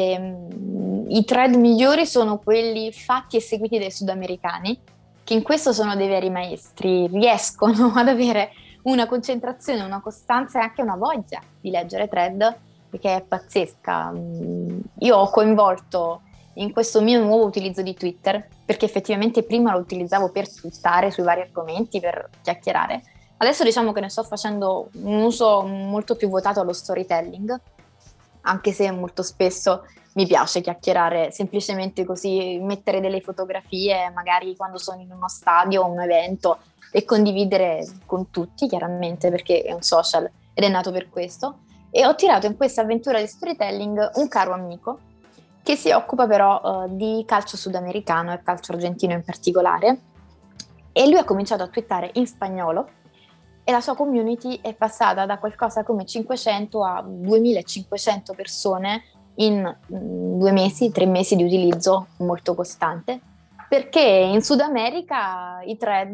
I thread migliori sono quelli fatti e seguiti dai sudamericani, che in questo sono dei veri maestri, riescono ad avere una concentrazione, una costanza e anche una voglia di leggere thread, che è pazzesca. Io ho coinvolto in questo mio nuovo utilizzo di Twitter, perché effettivamente prima lo utilizzavo per twittare sui vari argomenti, per chiacchierare. Adesso diciamo che ne sto facendo un uso molto più votato allo storytelling, anche se molto spesso mi piace chiacchierare semplicemente così, mettere delle fotografie magari quando sono in uno stadio o un evento e condividere con tutti, chiaramente, perché è un social ed è nato per questo. E ho tirato in questa avventura di storytelling un caro amico che si occupa però di calcio sudamericano e calcio argentino in particolare, e lui ha cominciato a twittare in spagnolo e la sua community è passata da qualcosa come 500 a 2500 persone in 2 mesi, 3 mesi di utilizzo molto costante, perché in Sud America i thread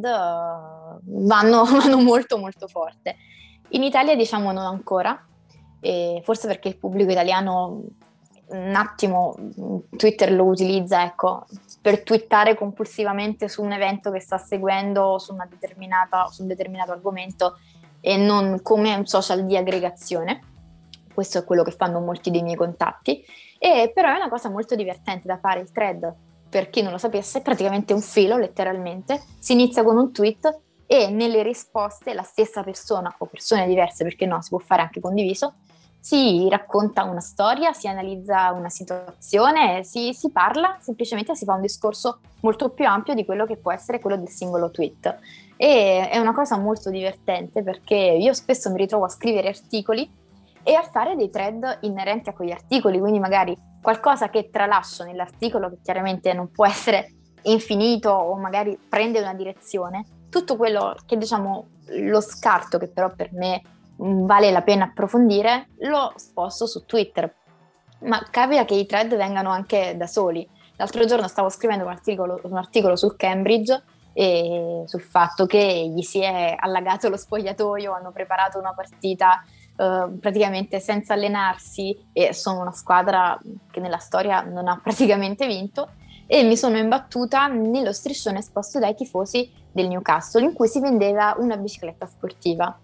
vanno molto molto forte. In Italia diciamo non ancora, forse perché il pubblico italiano un attimo Twitter lo utilizza, ecco, per twittare compulsivamente su un evento che sta seguendo, su un determinato argomento, e non come un social di aggregazione. Questo è quello che fanno molti dei miei contatti, e però è una cosa molto divertente da fare il thread. Per chi non lo sapesse, è praticamente un filo, letteralmente. Si inizia con un tweet, e nelle risposte la stessa persona o persone diverse, perché no, si può fare anche condiviso, si racconta una storia, si analizza una situazione, si parla, semplicemente si fa un discorso molto più ampio di quello che può essere quello del singolo tweet. E è una cosa molto divertente perché io spesso mi ritrovo a scrivere articoli e a fare dei thread inerenti a quegli articoli, quindi magari qualcosa che tralascio nell'articolo, che chiaramente non può essere infinito o magari prende una direzione, tutto quello che diciamo lo scarto, che però per me vale la pena approfondire, lo sposto su Twitter. Ma capita che i thread vengano anche da soli. L'altro giorno stavo scrivendo un articolo sul Cambridge e sul fatto che gli si è allagato lo spogliatoio, hanno preparato una partita praticamente senza allenarsi e sono una squadra che nella storia non ha praticamente vinto, e mi sono imbattuta nello striscione esposto dai tifosi del Newcastle in cui si vendeva una bicicletta sportiva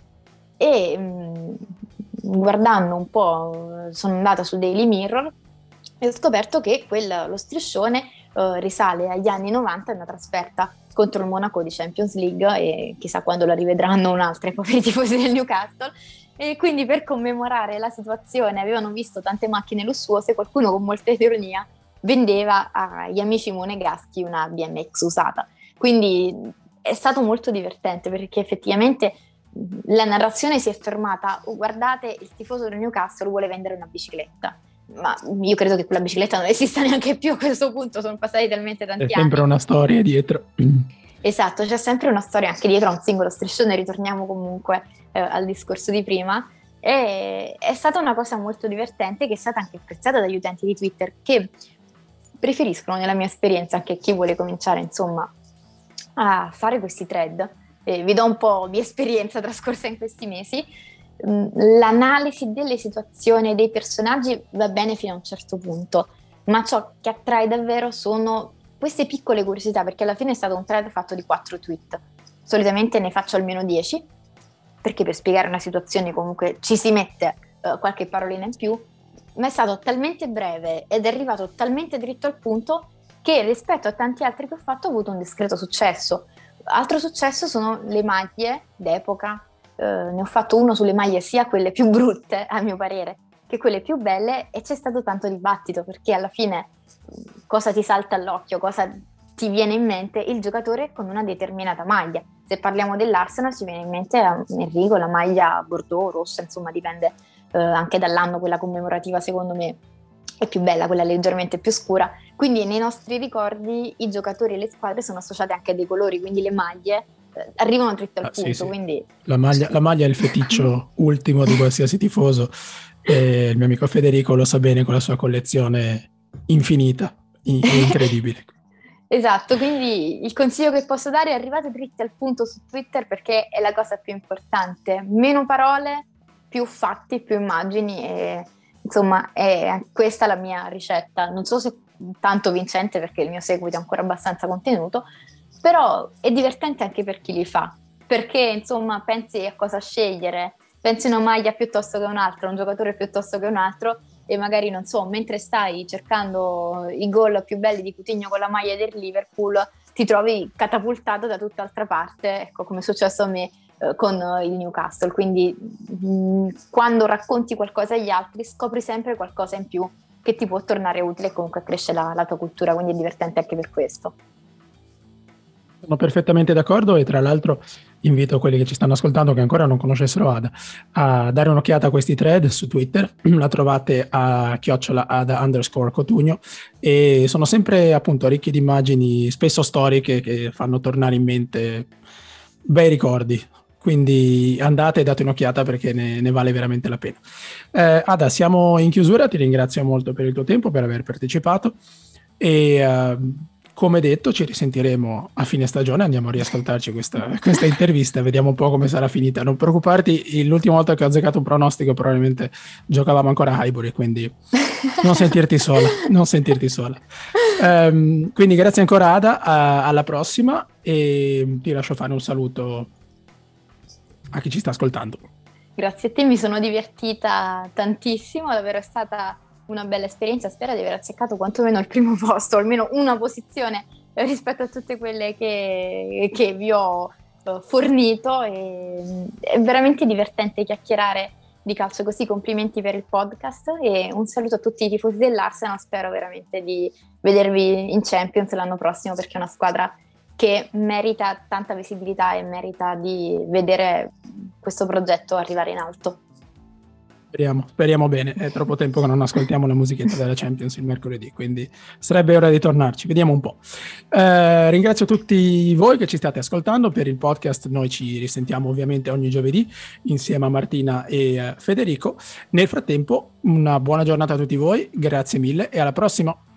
e guardando un po' sono andata su Daily Mirror e ho scoperto che lo striscione risale agli anni 90, una trasferta contro il Monaco di Champions League, e chissà quando la rivedranno un'altra, i poveri tifosi del Newcastle. E quindi per commemorare la situazione avevano visto tante macchine lussuose, qualcuno con molta ironia vendeva agli amici monegaschi una BMX usata. Quindi è stato molto divertente perché effettivamente la narrazione si è fermata: oh, guardate, il tifoso del Newcastle vuole vendere una bicicletta. Ma io credo che quella bicicletta non esista neanche più a questo punto, sono passati talmente tanti anni. C'è sempre una storia dietro. Esatto, c'è sempre una storia anche dietro a un singolo striscione, ritorniamo comunque al discorso di prima. E è stata una cosa molto divertente che è stata anche apprezzata dagli utenti di Twitter, che preferiscono, nella mia esperienza, anche chi vuole cominciare insomma a fare questi thread. Vi do un po' di esperienza trascorsa in questi mesi. L'analisi delle situazioni e dei personaggi va bene fino a un certo punto, ma ciò che attrae davvero sono queste piccole curiosità, perché alla fine è stato un thread fatto di 4 tweet. Solitamente ne faccio almeno 10, perché per spiegare una situazione comunque ci si mette qualche parolina in più, ma è stato talmente breve ed è arrivato talmente dritto al punto che rispetto a tanti altri che ho fatto ha avuto un discreto successo. Altro successo sono le maglie d'epoca. Ne ho fatto uno sulle maglie, sia quelle più brutte a mio parere che quelle più belle, e c'è stato tanto dibattito perché alla fine cosa ti salta all'occhio, cosa ti viene in mente il giocatore con una determinata maglia. Se parliamo dell'Arsenal ci viene in mente Enrico, la maglia bordeaux, rossa, insomma dipende anche dall'anno. Quella commemorativa secondo me è più bella, quella leggermente più scura. Quindi nei nostri ricordi i giocatori e le squadre sono associati anche a dei colori, quindi le maglie arrivano dritto al punto. Sì. Quindi La maglia è il feticcio ultimo di qualsiasi tifoso. Il mio amico Federico lo sa bene con la sua collezione infinita, incredibile. Esatto, quindi il consiglio che posso dare è: arrivate dritti al punto su Twitter, perché è la cosa più importante. Meno parole, più fatti, più immagini, e insomma è questa la mia ricetta. Non so se tanto vincente perché il mio seguito è ancora abbastanza contenuto, però è divertente anche per chi li fa, perché insomma pensi a cosa scegliere, pensi una maglia piuttosto che un'altra, un giocatore piuttosto che un altro, e magari non so, mentre stai cercando i gol più belli di Coutinho con la maglia del Liverpool, ti trovi catapultato da tutt'altra parte, ecco, come è successo a me con il Newcastle. Quindi quando racconti qualcosa agli altri scopri sempre qualcosa in più che ti può tornare utile e comunque cresce la tua cultura, quindi è divertente anche per questo. Sono perfettamente d'accordo, e tra l'altro invito quelli che ci stanno ascoltando, che ancora non conoscessero Ada, a dare un'occhiata a questi thread su Twitter. La trovate a @Ada_Cotugno, e sono sempre appunto ricchi di immagini, spesso storiche, che fanno tornare in mente bei ricordi. Quindi andate e date un'occhiata perché ne vale veramente la pena. Ada, siamo in chiusura, ti ringrazio molto per il tuo tempo, per aver partecipato, e come detto ci risentiremo a fine stagione, andiamo a riascoltarci questa intervista, vediamo un po' come sarà finita. Non preoccuparti, l'ultima volta che ho azzeccato un pronostico probabilmente giocavamo ancora a Highbury, quindi non sentirti sola. Quindi grazie ancora Ada, alla prossima, e ti lascio fare un saluto a chi ci sta ascoltando. Grazie a te, mi sono divertita tantissimo, davvero è stata una bella esperienza. Spero di aver azzeccato quantomeno il primo posto, almeno una posizione rispetto a tutte quelle che vi ho fornito e è veramente divertente chiacchierare di calcio così. Complimenti per il podcast e un saluto a tutti i tifosi dell'Arsenal. Spero veramente di vedervi in Champions l'anno prossimo, perché è una squadra che merita tanta visibilità e merita di vedere questo progetto arrivare in alto. Speriamo bene, è troppo tempo che non ascoltiamo la musichetta della Champions il mercoledì, quindi sarebbe ora di tornarci, vediamo un po'. Ringrazio tutti voi che ci state ascoltando per il podcast, noi ci risentiamo ovviamente ogni giovedì insieme a Martina e Federico. Nel frattempo una buona giornata a tutti voi, grazie mille e alla prossima!